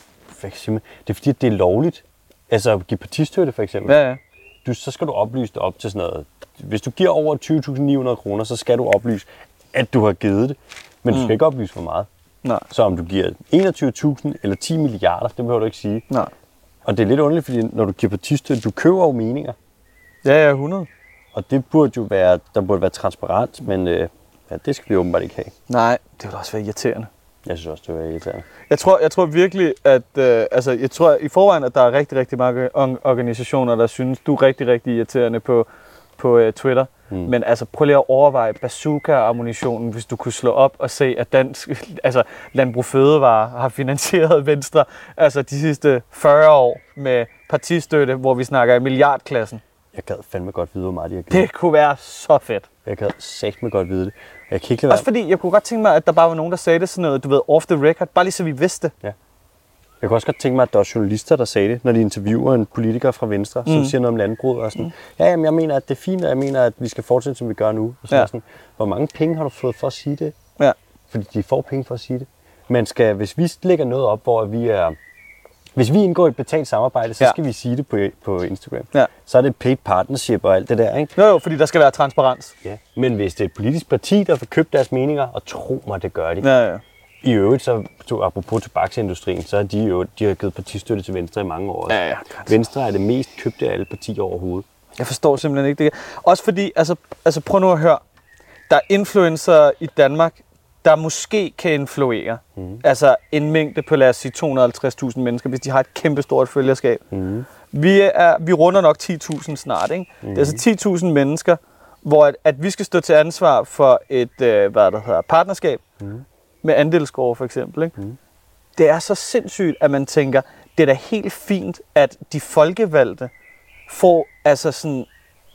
det er fordi, det er lovligt. Altså at give partistøtte for eksempel. Ja, ja. Du, så skal du oplyse det op til sådan noget. Hvis du giver over tyve tusind ni hundrede kroner, så skal du oplyse, at du har givet det. Men mm. du skal ikke oplyse hvor meget. Nej. Så om du giver enogtyve tusind eller ti milliarder, det behøver du ikke sige. Nej. Og det er lidt underligt, fordi når du giver partistøtte, du køber jo meninger. Ja, ja, hundrede. Og det burde jo være, der burde være transparent, men øh, ja, det skal vi åbenbart ikke have. Nej, det vil også være irriterende. Jeg synes også, det vil være irriterende. Jeg tror, jeg tror virkelig, at øh, altså, jeg tror i forvejen, at der er rigtig, rigtig mange organisationer, der synes, du er rigtig, rigtig irriterende på, på uh, Twitter. Mm. Men altså, prøv lige at overveje bazooka-ammunitionen, hvis du kunne slå op og se, at dansk, altså, Landbrug Fødevare har finansieret Venstre altså, de sidste fyrre år med partistøtte, hvor vi snakker i milliardklassen. Jeg gad fandme godt vide, hvor meget de har givet. Det kunne være så fedt. Jeg gad satme godt vide det. Jeg kan ikke lade Også fordi, jeg kunne godt tænke mig, at der bare var nogen, der sagde det sådan noget, du ved, off the record, bare lige så vi vidste. Ja. Jeg kunne også godt tænke mig, at der er journalister, der sagde det, når de interviewer en politiker fra Venstre, som mm. siger noget om landbruget og sådan. Mm. Ja, jamen, jeg mener, at det er fint, og jeg mener, at vi skal fortsætte, som vi gør nu. Og så ja. Sådan, hvor mange penge har du fået for at sige det? Ja. Fordi de får penge for at sige det. Men skal, hvis vi lægger noget op, hvor vi er... Hvis vi indgår i et betalt samarbejde, så ja. Skal vi sige det på, på Instagram. Ja. Så er det paid partnership og alt det der, ikke? Jo, jo, fordi der skal være transparens. Ja. Men hvis det er et politisk parti, der får købt deres meninger, og tro mig, det gør de. Ja, ja. I øvrigt, så apropos tobaksindustrien, så har de jo de har givet partistøtte til Venstre i mange år. Ja, ja. Venstre er det mest købte af alle partier overhovedet. Jeg forstår simpelthen ikke det. Også fordi, altså, altså prøv nu at høre, der er influencer i Danmark, der måske kan influere. Mm. Altså en mængde på, lad os sige, to hundrede og halvtreds tusind mennesker, hvis de har et kæmpe stort følgerskab. Mm. Vi, er, vi runder nok ti tusind snart, ikke? Mm. Det er altså ti tusind mennesker, hvor at, at vi skal stå til ansvar for et øh, hvad der hedder, partnerskab mm. med andelsgårde for eksempel. Ikke? Mm. Det er så sindssygt, at man tænker, det er da helt fint, at de folkevalgte får altså sådan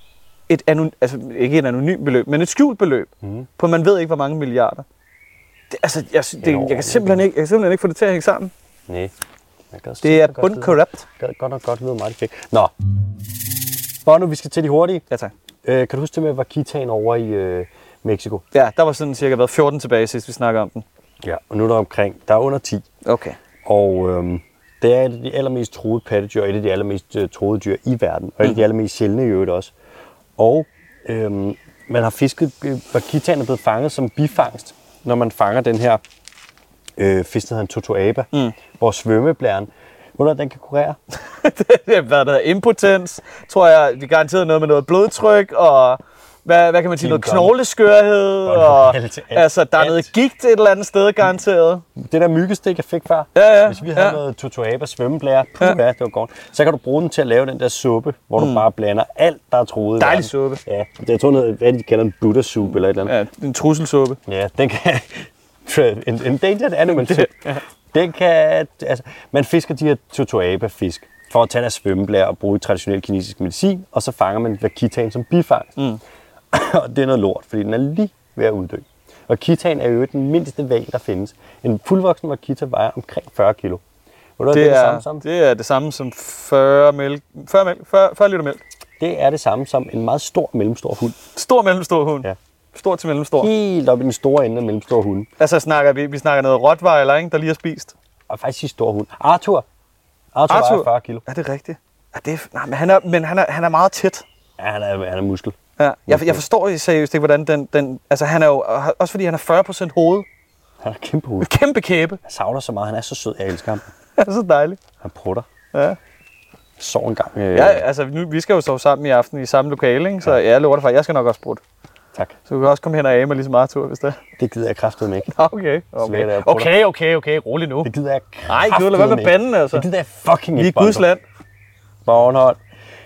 et anonym, altså ikke et anonymt beløb, men et skjult beløb, mm. på man ved ikke, hvor mange milliarder. Det, altså, jeg, det, jeg, kan simpelthen ikke, jeg kan simpelthen ikke få det til at hænge sammen. Nej. Det er bundkorrupt. Jeg kan godt nok godt vide, hvor meget de fik. Nå. Bono, vi skal til de hurtige. Ja, tak. Øh, kan du huske det med Vaquitaen over i øh, Mexico? Ja, der var sådan cirka været fjorten tilbage, sidst vi snakker om den. Ja, og nu er der omkring, der er under ti. Okay. Og øhm, det er et af de allermest truede pattedyr, og et af de allermest øh, truede dyr i verden, og et af de allermest sjældne i øvrigt også. Og øhm, man har fisket, øh, Vaquitaen er blevet fanget som bifangst, når man fanger den her øh, fisk, der hedder en totoaba, mm. hvor svømmeblæren, hvordan den kan kurere? Det er, hvad der hedder, impotens, tror jeg, det er garanteret noget med noget blodtryk, og hvad, hvad kan man sige, noget knogleskørhed, og altså, der er noget gigt et eller andet sted, garanteret. Det der myggestik, jeg fik før, ja, ja, hvis vi havde ja. noget totoaba svømmeblære, puh, ja. Ja, det var godt, så kan du bruge den til at lave den der suppe, hvor mm. du bare blander alt, der er truet. Dejlig suppe. Ja, jeg tror noget, hvad de kalder en buddha-suppe eller et eller andet. Ja, en trusselsuppe. Ja, den kan... en endangered animal suppe. Ja. Den kan... Altså, man fisker de her totoaba-fisk for at tage deres svømmeblære og bruge i traditionel kinesisk medicin, og så fanger man Vaquitaen som bifangst. Mm. og det er noget lort, fordi den er lige ved at uddø. Wakitaen er jo den mindste hval, der findes. En fuldvoksen wakita vejer omkring fyrre kilo. Det, det, er, det, samme som? det er det samme som fyrre, mælk, fyrre, mælk, fyrre, fyrre liter mælk. Det er det samme som en meget stor mellemstor hund. Stor mellemstor hund? Ja. Stor til mellemstor? Helt op i den store ende af mellemstor hund. Altså snakker vi, vi snakker noget rottweiler, ikke, der lige har spist? Og faktisk en stor hund. Arthur. Arthur, Arthur vejer fyrre kilo. Er det rigtigt? Er det, nej, men han er, men han er, han er meget tæt. Ja, han er, han er muskel. Ja, jeg, jeg forstår seriøst ikke, hvordan den, den... Altså, han er jo... Også fordi han er fyrre procent hoved. Han er kæmpe hoved. Kæmpe kæbe. Jeg savner så meget. Han er så sød. Jeg elsker ham. Han er så dejlig. Han prutter. Ja. Jeg sov en gang. Øh... Ja, altså, nu, vi skal jo sove sammen i aften i samme lokale, ikke? Så ja. Jeg lover dig for, jeg skal nok også prutte. Tak. Så du kan også komme hen og af mig ligesom Arthur, hvis det er. Det gider jeg kraftedeme ikke. Okay. Okay, okay, okay, okay. Rolig nu. Det gider jeg Nej, gider du lade være med banden, altså. Det gider jeg fucking ikke. Vi er Guds land. Bornholm.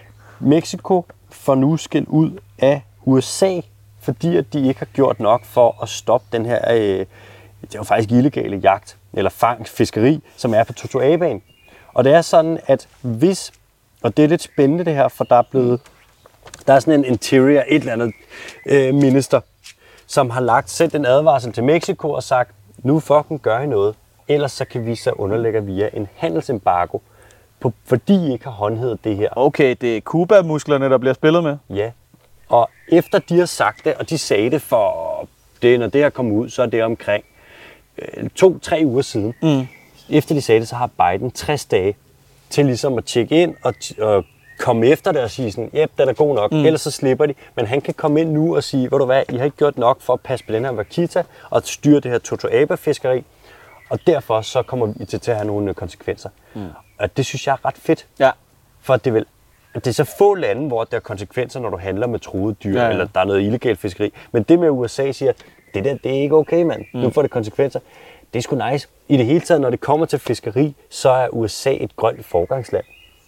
Mexico får nu skilt ud af U S A, fordi at de ikke har gjort nok for at stoppe den her, øh, det er jo faktisk illegale jagt, eller fangst, fiskeri, som er på Totoabaen. Og det er sådan, at hvis, og det er lidt spændende det her, for der er blevet, der er sådan en interior, et eller andet øh, minister, som har lagt, sendt en advarsel til Mexico og sagt, nu fucking gør I noget, ellers så kan vi så underlægge via en handelsembargo, på, fordi I ikke har håndhævet det her. Okay, det er Cuba-musklerne, der bliver spillet med? Ja. Og efter de har sagt det, og de sagde det for, det, når det her kom ud, så er det omkring øh, to-tre uger siden. Mm. Efter de sagde det, så har Biden tres dage til ligesom at tjekke ind og, og komme efter det og sige sådan, ja, det er da god nok, mm. ellers så slipper de. Men han kan komme ind nu og sige, ved du hvad, I har ikke gjort nok for at passe på den her wakita og styre det her totoaba-fiskeri, og derfor så kommer I til, til at have nogle konsekvenser. Mm. Og det synes jeg er ret fedt, ja. For det vil det er så få lande, hvor der er konsekvenser, når du handler med truede dyr, ja, ja. Eller der er noget illegalt fiskeri. Men det med U S A siger, det der, det er ikke okay, mand. Mm. Nu får det konsekvenser. Det er sgu nice. I det hele taget, når det kommer til fiskeri, så er U S A et grønt forgangsland.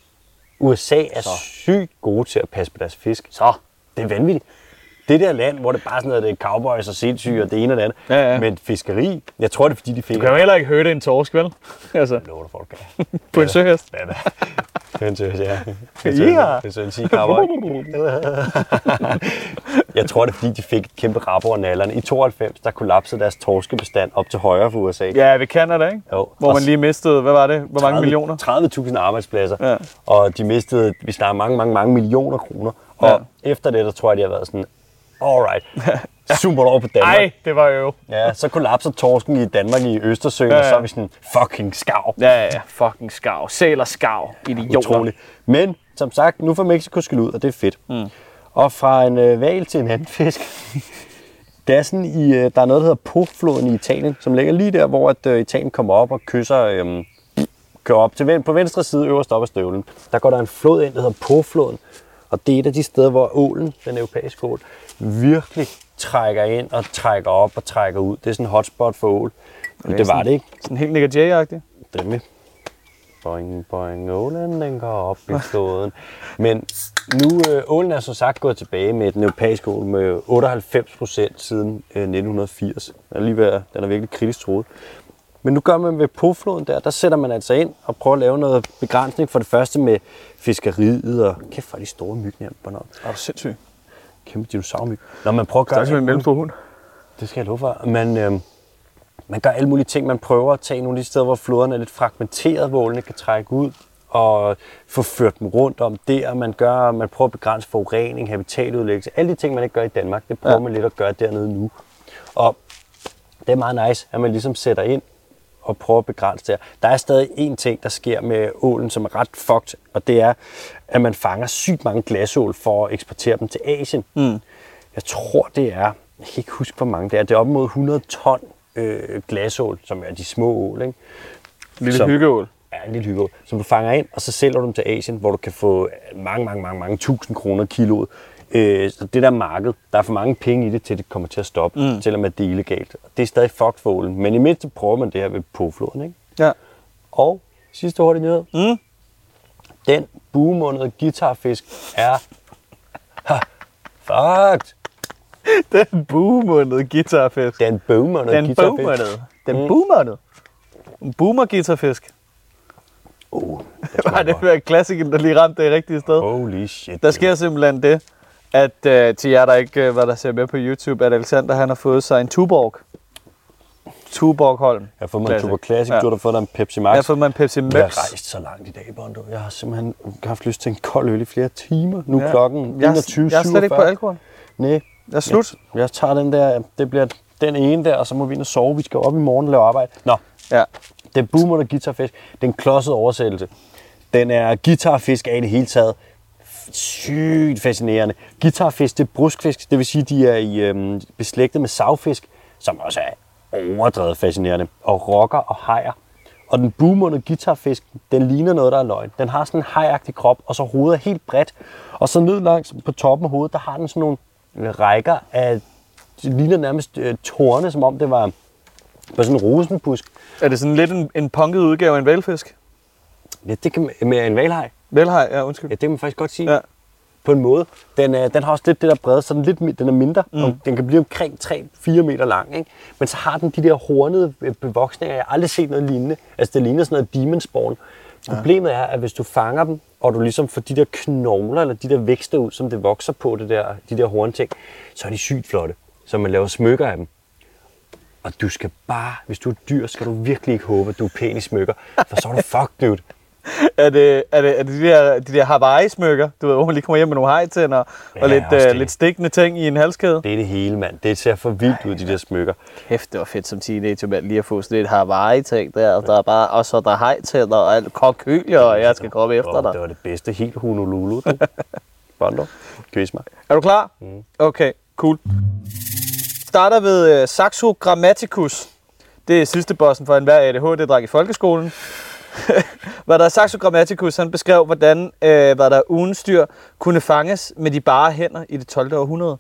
U S A er så sygt gode til at passe på deres fisk. Så det er vanvittigt. Det der land, hvor det bare sådan noget, det er cowboys og sindssyge og det ene og det andet. Ja, ja. Men fiskeri, jeg tror det er fordi, de fik... Du kan jo heller ikke høre det en torsk, vel? Altså. Jeg lover dig, folk kan. På en søhest? Ja, da. På en søhest, ja. Ja. Det er en sige cowboy. Jeg tror det er fordi, de fik et kæmpe rap over nallerne. I tooghalvfems, der kollapsede deres torskebestand op til højre for U S A. Ja, ved Canada, ikke? Jo. Hvor man lige mistede, hvad var det? Hvor mange millioner? tredive tusind arbejdspladser. Ja. Og de mistede, vi snakker mange, mange, mange millioner kroner. Og ja. Efter det, der tror jeg, de har været sådan... Alright. Super over på Danmark. Nej, det var jo. Ja, så kollapser torsken i Danmark i Østersøen, ja, ja. Og så er vi sådan fucking skarv. Ja, ja, fucking skarv. Sæl og skarv. Idioter. Utroligt. Men som sagt, nu får Mexico skal ud, og det er fedt. Mm. Og fra en øh, hval til en anden fisk. Det er sådan i, øh, der er noget, der hedder Po-floden i Italien, som ligger lige der, hvor at, øh, Italien kommer op og kysser, øh, kører op til på venstre side øverst op af støvlen. Der går der en flod ind, der hedder Po-floden. Og det er et af de steder, hvor ålen, den europæiske ål, virkelig trækker ind og trækker op og trækker ud. Det er sådan en hotspot for ål. Okay, det var sådan, det ikke. Sådan helt Nick og Jay-agtigt. Demme. Boing, boing, ålen, den går op i floden. Men nu, øh, ålen er som sagt gået tilbage med den europæiske ål med otteoghalvfems procent siden øh, nitten firs. Den er, lige ved, den er virkelig kritisk truet. Men nu gør man ved Po-floden der, der sætter man altså ind og prøver at lave noget begrænsning for det første med fiskeriet og kæft for de store myg her på Bornholm. Er du sindssygt? Kæmpe dinosaurmyg. Når man prøver at gøre... Det er som en mellemstor hund. Det skal jeg love for. Man, øh, man gør alle mulige ting. Man prøver at tage nogle af de steder, hvor floderne er lidt fragmenteret, hvor ålene kan trække ud og få ført dem rundt om der. Man, gør, man prøver at begrænse forurening, habitatudlæggelse. Alle de ting, man ikke gør i Danmark, det prøver ja. man lidt at gøre dernede nu. Og det er meget nice, at man ligesom sætter ind og prøver at begrænse det her. Der er stadig én ting, der sker med ålen, som er ret fucked, og det er, at man fanger sygt mange glasål for at eksportere dem til Asien. Mm. Jeg tror, det er, jeg kan ikke huske, hvor mange det er, det er op mod hundrede ton øh, glasål, som er de små ål, ikke? En lille hyggeål. Ja, en lille hyggeål, som du fanger ind, og så sælger du dem til Asien, hvor du kan få mange, mange, mange, mange tusind kroner kiloet. Øh, så det der marked, der er for mange penge i det, til det kommer til at stoppe, mm. selvom det er illegalt. Det er stadig fucked for ålen, men i mindste prøver man det her ved Po-floden, ikke? Ja. Og sidste hurtigt nyhed. Mm. Den buemundede guitarfisk er... Ha, fucked! Den buemundede guitarfisk. Den buemundede Den guitarfisk. buemundede. Den mm. buemundede. En boomer guitarfisk. Oh, det var det var klassikken, der lige ramte det rigtige sted. Holy shit. Der sker simpelthen det, at øh, til jer, der ikke øh, var der ser med på YouTube, at Alexander han har fået sig en Tuborg. Tuborg Holm. Jeg har fået mig en Tuborg Classic, ja. Du har fået dig en Pepsi Max. Jeg har fået mig en Pepsi Max. Jeg har rejst så langt i dag, Bondo. Jeg har simpelthen haft lyst til en kold øl i flere timer. Nu er ja. klokken enogtyve syvogfyrre. Jeg er slet ikke på alkohol. Nej. Jeg er slut. Jeg, jeg tager den der, det bliver den ene der, og så må vi ind og sove. Vi skal op i morgen og lave arbejde. Nå, ja. Den Boomer og guitarfisk, den klodsede oversættelse. Den er guitarfisk af i det hele taget. Sygt fascinerende. Guitarfisk, det er bruskfisk, det vil sige, de er i, øhm, beslægtet med savfisk, som også er overdrevet fascinerende. Og rocker og hajer. Og den Boomer og guitarfisk, den ligner noget, der er løgn. Den har sådan en hajagtig krop, og så hovedet er helt bredt. Og så ned langs på toppen af hovedet, der har den sådan nogle rækker af, det ligner nærmest øh, torne, som om det var på sådan en rosenbusk. Er det sådan lidt en, en punket udgave af en hvalfisk? Ja, det kan man, med en hvalhaj. Hvalhaj, ja, undskyld. Ja, det kan man faktisk godt sige. Ja. På en måde. Den, øh, den har også lidt det der brede, så den, lidt, den er mindre. Mm. Og den kan blive omkring tre til fire meter lang. Ikke? Men så har den de der hornede bevoksninger. Jeg har aldrig set noget lignende. Altså, det ligner sådan noget demon spawn. Ja. Problemet er, at hvis du fanger dem, og du ligesom får de der knogler, eller de der vækster ud, som det vokser på, det der, de der hornting, så er de sygt flotte. Så man laver smykker af dem. Og du skal bare, hvis du er dyr, skal du virkelig ikke håbe, at du er pæn i smykker. For så er du fucked, dude. Er det, er det, er det de der, de der Hawaii-smykker, du ved, hvor man lige kommer hjem med nogle hajtænder ja, og lidt, uh, lidt stikkende ting i en halskæde? Det er det hele, mand. Det ser for vildt ud, de der smykker. Kæft, det var fedt som teenager, mand, lige at få sådan et Hawaii-ting der, og der er bare, og så er der hajtænder og alt kokølier, og jeg skal komme efter dig. Det var det bedste, helt Honolulu, du. Bondo, quiz mig. Er du klar? Mm. Okay, cool. Starter ved uh, Saxo Grammaticus. Det er sidste bossen for enhver A D H D-dreng i folkeskolen. Hvad der er Saxo Grammaticus, han beskrev, hvordan øh, hvad der ugens dyr kunne fanges med de bare hænder i det tolvte århundrede.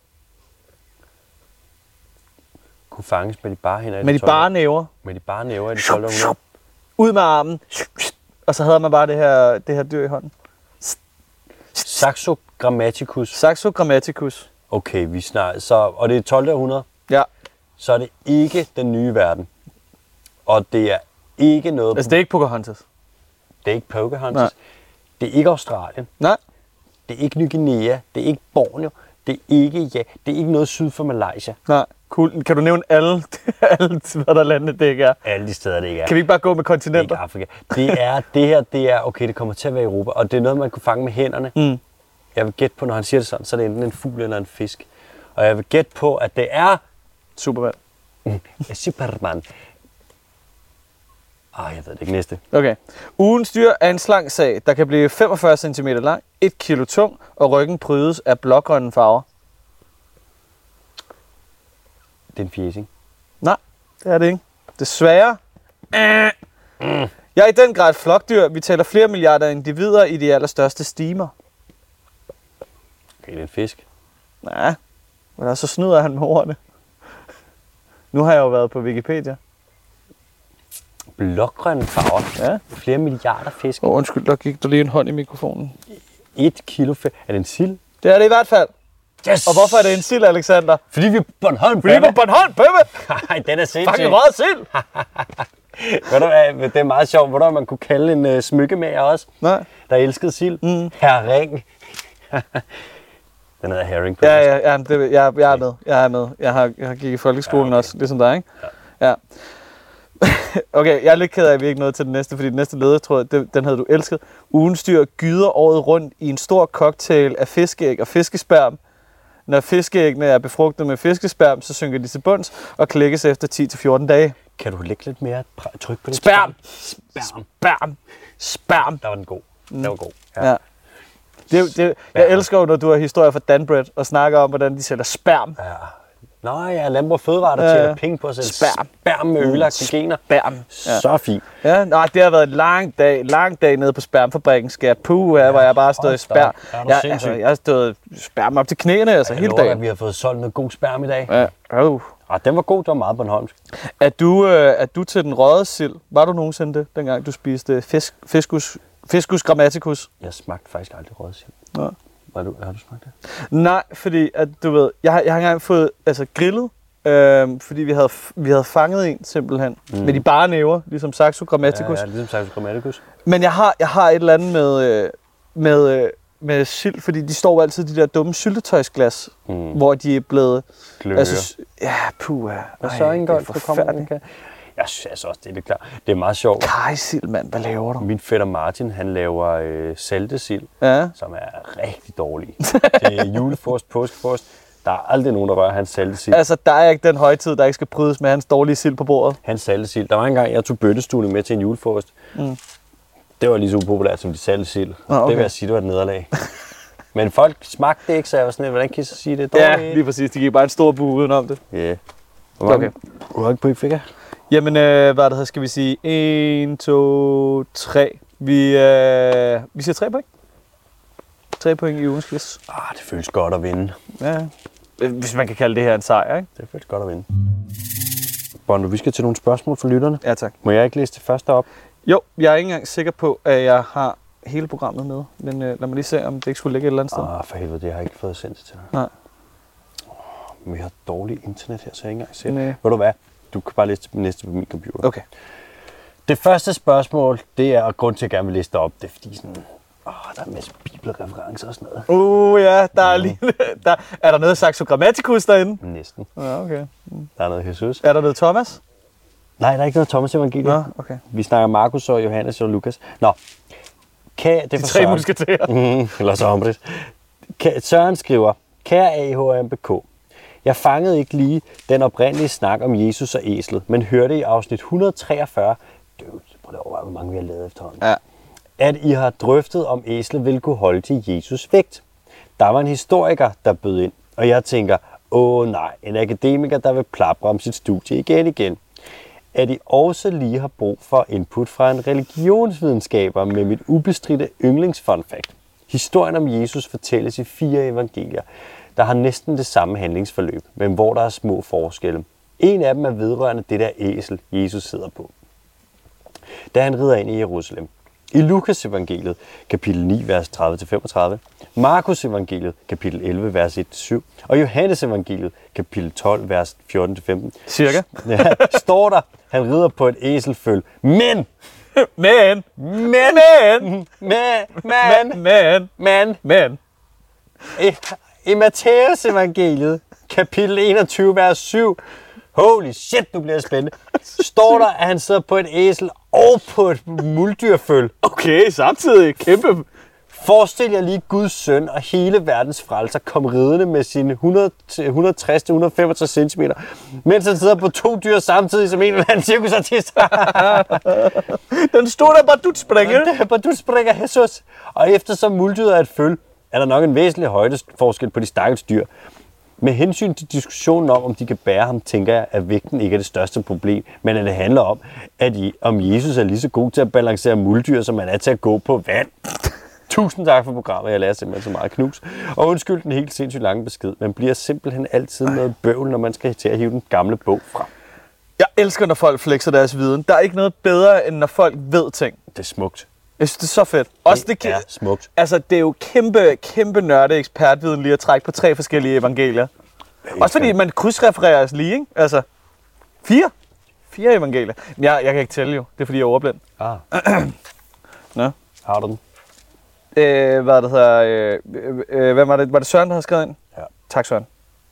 Kunne fanges med de bare hænder i det Med de bare næver. Med de bare næver i det tolvte århundrede. Ud med armen. Og så havde man bare det her, det her dyr i hånden. Saxo Grammaticus. Saxo Grammaticus. Okay, vi snart. Så, og det er tolvte århundrede. Ja. Så er det ikke den nye verden. Og det er ikke noget... Altså, det er ikke Pocahontas. Det er ikke Pocahontas. Det er ikke Australien. Nej. Det er ikke Ny Guinea. Det er ikke Borneo. Det er ikke, ja, det er ikke noget syd for Malaysia. Nej. Cool. Kan du nævne alle, alle hvad der lande det ikke er? Alle de steder, det ikke er. Kan vi ikke bare gå med kontinenter? Det er ikke Afrika. Det er det her, det er, okay, det kommer til at være Europa. Og det er noget, man kunne fange med hænderne. Mm. Jeg vil gætte på, når han siger det sådan, så er det enten en fugl eller en fisk. Og jeg vil gætte på, at det er... Superman. Mm, Superman. Ah, jeg ved det ikke. Næste. Okay. Ugens dyr er en slang sag, der kan blive femogfyrre centimeter lang, et kilo tung, og ryggen prydes af blågrønne farver. Det er en fjæsing. Nej, det er det ikke. Desværre. Mm. Jeg er i den grad et flokdyr. Vi tæller flere milliarder individer i de allerstørste stimer. Okay, det er en fisk. Nej, men så snyder han med ordene. Nu har jeg jo været på Wikipedia. Blågrønne farver. Ja. Flere milliarder fisk. Oh, undskyld, der gik der lige en hånd i mikrofonen. Et kilo fisk. Er det en sild? Det er det i hvert fald. Yes! Og hvorfor er det en sild, Alexander? Fordi vi er på Bornholm, Fordi vi er på Bornholm, baby! Nej, den er sindssyg. Fucking rød sild! Ved du hvad, det er meget sjovt. Ved du, man kunne kalde en uh, smykkemager også? Nej. Der elskede sild. Mm. Herring. Den hedder herring på Ja, ja, ja, det, jeg, jeg er med. Jeg er med. Jeg har, jeg har gik i folkeskolen ja, okay. også, ligesom dig, ikke? Ja. ja. Okay, jeg er lidt ked af, at vi ikke nåede til den næste, fordi den næste ledetråd, den havde du elsket. Ugens dyr gyder året rundt i en stor cocktail af fiskeæg og fiskesperm. Når fiskeæggene er befrugtet med fiskesperm, så synker de til bunds og klækkes efter ti til fjorten dage. Kan du lægge lidt mere tryk på det? Sperm! Sperm! Sperm! Sperm! Der var den god. Den var god. Ja. ja. Det, det, jeg elsker jo, når du har historier fra Danbred og snakker om, hvordan de sælger sperm. Ja. Nå ja, Landbrug Fødevare, der tjener ja. penge på at sælge sperm. Sperm med ødelagte gener. Sperm. Ja. Så fint. Ja, nej, det har været en lang dag, lang dag nede på spermfabrikken, skal jeg puh, ja, hvor jeg bare stod i sperm. Jeg, altså, jeg har stået sperm op til knæene, altså ja, hele dagen. At vi har fået solgt noget god sperm i dag. Ja. Uh. Ah, den var god, det var meget bornholmsk. Er du, øh, er du til den røde sild? Var du nogensinde det, dengang du spiste fisk, fiskus, fiskus grammaticus? Jeg smagte faktisk aldrig rød sild. Ja. Har du, har du smagt det? Nej, fordi at du ved, jeg har, jeg har engang fået altså grillet, øh, fordi vi havde, vi havde fanget en simpelthen mm. med de bare næver, ligesom Saxo Grammaticus. Ja, ja, ligesom Saxo Grammaticus. Men jeg har, jeg har et eller andet med, øh, med, øh, med sild, fordi de står jo altid i de der dumme syltetøjsglas, mm. hvor de er blevet... Gløger. Altså, ja, puh. Hvad så, Ingolf? Du kommer med. Jeg synes altså også, det er lidt klart. Det er meget sjovt. Kajsild, mand. Hvad laver du? Min fætter Martin, han laver øh, saltesild, ja. som er rigtig dårlig. Det er julefrost, påskefrost. Der er aldrig nogen, der rører hans saltesild. Altså, der er ikke den højtid, der ikke skal brydes med hans dårlige sild på bordet. Hans saltesild. Der var en gang, jeg tog bøttestuen med til en julefrost. Mm. Det var lige så upopulært som de saltesild. Ah, okay. Det vil jeg sige, det var et nederlag. Men folk smagte det ikke, så jeg var sådan lidt, hvordan kan I så sige det? Dårligt? Ja, lige præcis. De gik bare en stor bue udenom det. Ja. Yeah. Hvor mange, okay. Hvor mange point fik jeg? Jamen, øh, hvad det her skal vi sige? en, to, tre. Vi, øh, vi siger tre point. tre point i ugens quiz. Ah, det føles godt at vinde. Ja. Hvis man kan kalde det her en sejr, ikke? Det føles godt at vinde. Bondo, vi skal til nogle spørgsmål fra lytterne. Ja, tak. Må jeg ikke læse det første op? Jo, jeg er ikke engang sikker på, at jeg har hele programmet med. Men øh, lad mig lige se, om det ikke skulle ligge et eller andet sted. Ah, for helvede, det har jeg ikke fået sendt til dig. Nej. Oh, vi har dårligt internet her, så jeg ikke engang ser. Nej. Ved du hvad? Du kan bare læse det næste på min computer. Okay. Det første spørgsmål, det er, og grund til, at jeg gerne vil læse det op, det er fordi sådan, åh, der er en masse bibelreferencer og sådan noget. Uh, ja, der er lige, der, er der noget Saxo Grammaticus derinde? Næsten. Ja, okay. Mm. Der er noget Jesus. Er der noget Thomas? Nej, der er ikke noget Thomas evangeliet. Nå, okay. Vi snakker Markus og Johannes og Lukas. Nå, kan, det er de tre musketerer. Mm, eller så om det. Søren skriver, kære A H M B K, jeg fangede ikke lige den oprindelige snak om Jesus og æslet, men hørte i afsnit et hundrede og treogfyrre, død, prøv at overveje, hvor mange vi har lavet efterhånden, ja. at I har drøftet, om æslet ville kunne holde til Jesus vægt. Der var en historiker, der bød ind, og jeg tænker, åh nej, en akademiker, der vil plapre om sit studie igen igen. At I også lige har brug for input fra en religionsvidenskaber med mit ubestridte yndlingsfunfact. Historien om Jesus fortælles i fire evangelier, der har næsten det samme handlingsforløb, men hvor der er små forskelle. En af dem er vedrørende det der æsel, Jesus sidder på, da han rider ind i Jerusalem. I Lukas evangeliet, kapitel ni, vers tredive til femogtredive, Markus evangeliet, kapitel elleve, vers et til syv, og Johannes evangeliet, kapitel tolv, vers fjorten til femten, cirka, ja, står der, han rider på et æselføl, men, men, men, men, men, men, men, men, men, i, i Matthæus evangeliet, kapitel enogtyve, vers syv, holy shit, nu bliver det spændende, står der, at han sidder på et æsel og på et muldyrføl. Okay, samtidig. Kæmpe. Forestil jer lige Guds søn og hele verdens frelser kom ridende med sine hundrede til et hundrede og tres til et hundrede og femogtres centimeter, mens han sidder på to dyr samtidig som en eller anden cirkusartist. Den stod der Badut springer. Det er Badut springer Jesus. Og eftersom muldyret er et føl, er der nok en væsentlig højdeforskel på de stakkels dyr. Med hensyn til diskussionen om, om de kan bære ham, tænker jeg, at vægten ikke er det største problem, men at det handler om, at I, om Jesus er lige så god til at balancere muldyr, som man er til at gå på vand. Tusind tak for programmet, jeg lærer simpelthen så meget knus. Og undskyld den helt sindssygt lange besked. Man bliver simpelthen altid noget bøvl, når man skal til at hive den gamle bog frem. Jeg elsker, når folk flexer deres viden. Der er ikke noget bedre, end når folk ved ting. Det er smukt. Jeg synes, det er så fedt. Også det, det er smukt. Altså, det er jo kæmpe, kæmpe nørde ekspertviden lige at trække på tre forskellige evangelier. Også fordi man krydsrefererer lige, ikke? Altså, fire. Fire evangelier. Men jeg, jeg kan ikke tælle jo. Det er fordi, jeg er overblind. Ah. Nå. Har du den? Øh, hvad det hedder... Øh, øh, hvem var det? Var det Søren, der havde skrevet ind? Ja. Tak, Søren.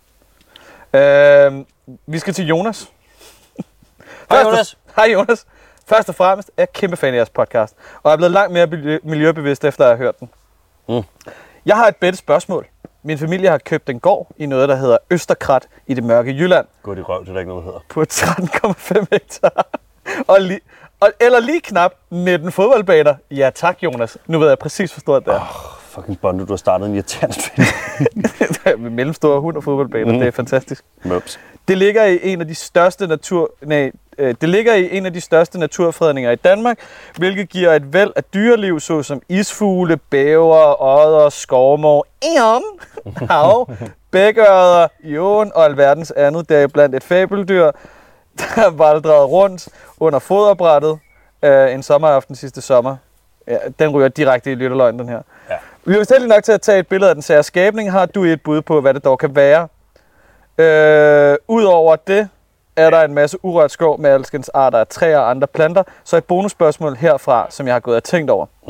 Øh, vi skal til Jonas. Hej, Jonas. Hej, Jonas. Først og fremmest er jeg kæmpe fan af jeres podcast, og jeg er blevet langt mere miljøbevidst, efter at jeg har hørt den. Mm. Jeg har et bedre spørgsmål. Min familie har købt en gård i noget, der hedder Østerkrat i det mørke Jylland. Gå i røv, det er der ikke noget, der hedder. På tretten komma fem hektar. Og li- og, eller lige knap nitten fodboldbaner. Ja tak, Jonas. Nu ved jeg præcis, hvor stort det er. Oh, fucking Bondo, du har startet en irriterende spil. Med mellemstore hund og fodboldbaner. Mm. Det er fantastisk. Mops. Det ligger i en af de største natur... Nej, det ligger i en af de største naturfredninger i Danmark, hvilket giver et væld af dyreliv, såsom isfugle, bæver, odder, skovmor, eon, hav, bækørder, jon og alverdens andet. Der er blandt et fabeldyr, der vandrede rundt under foderbrættet øh, en sommeraften sidste sommer. Ja, den ryger direkte i lytterløgn, den her. Ja. Vi er vist heldige nok til at tage et billede af den sære skabning. Har du et bud på, hvad det dog kan være? Øh, Udover det er der en masse urørt skov med alskens arter af træer og andre planter. Så et bonusspørgsmål herfra, som jeg har gået og tænkt over. Mm.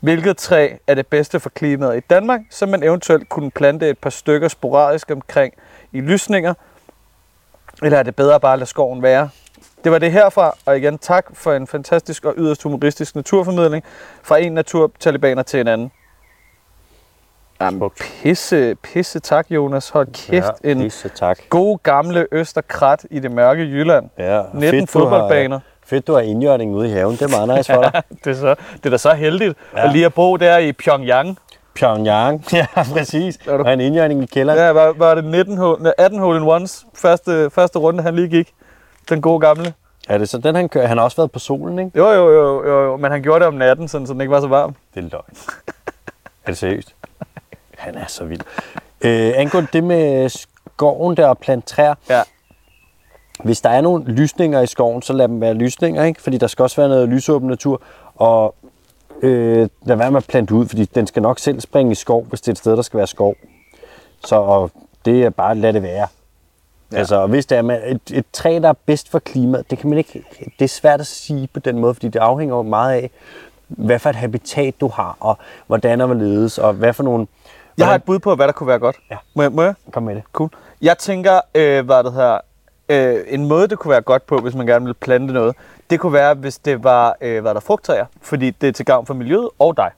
Hvilket træ er det bedste for klimaet i Danmark, så man eventuelt kunne plante et par stykker sporadisk omkring i lysninger? Eller er det bedre bare at lade skoven være? Det var det herfra, og igen tak for en fantastisk og yderst humoristisk naturformidling fra en naturtalibaner til en anden. Jamen, pisse, pisse tak, Jonas. Hold kæft, Ja, en pisse tak. god gamle Østerkrat i det mørke Jylland. Ja, nitten fedt, du har- fodboldbaner. Fedt, du har indjørning ude i haven. Det er meget nice for dig. Det er, så, det er da så heldigt Ja. at lige at bo der i Pyongyang. Pyongyang. Ja, præcis. Er du- Og en indjørning i kælderen. Ja, var, var det nitten hole, atten hole in ones første, første runde, han lige gik. Den gode gamle. Er det så den, han kører? Han har også været på solen, ikke? Jo, jo, jo, jo, jo, men han gjorde det om natten, sådan, så den ikke var så varm. Det er løgn. Er det seriøst? Han er så vild. Øh, angående det med skoven der og plante træer. Ja. Hvis der er nogle lysninger i skoven, så lad dem være lysninger, ikke? Fordi der skal også være noget lysåben natur. Og øh, lad være med at plante ud, fordi den skal nok selv springe i skov, hvis det er et sted, der skal være skov. Så og det er bare at lade det være. Ja. Altså, og hvis det er med et, et træ, der er bedst for klimaet, det kan man ikke, det er svært at sige på den måde, fordi det afhænger jo meget af, hvad for et habitat du har, og hvordan og hvorledes, og hvad for nogle... Jeg har et bud på, hvad der kunne være godt. Ja. Må jeg? Må jeg? Kom med det. Cool. Jeg tænker, øh, hvad det her, øh, en måde, det kunne være godt på, hvis man gerne ville plante noget, det kunne være, hvis det var, øh, hvad der frugttræer, fordi det er til gavn for miljøet og dig.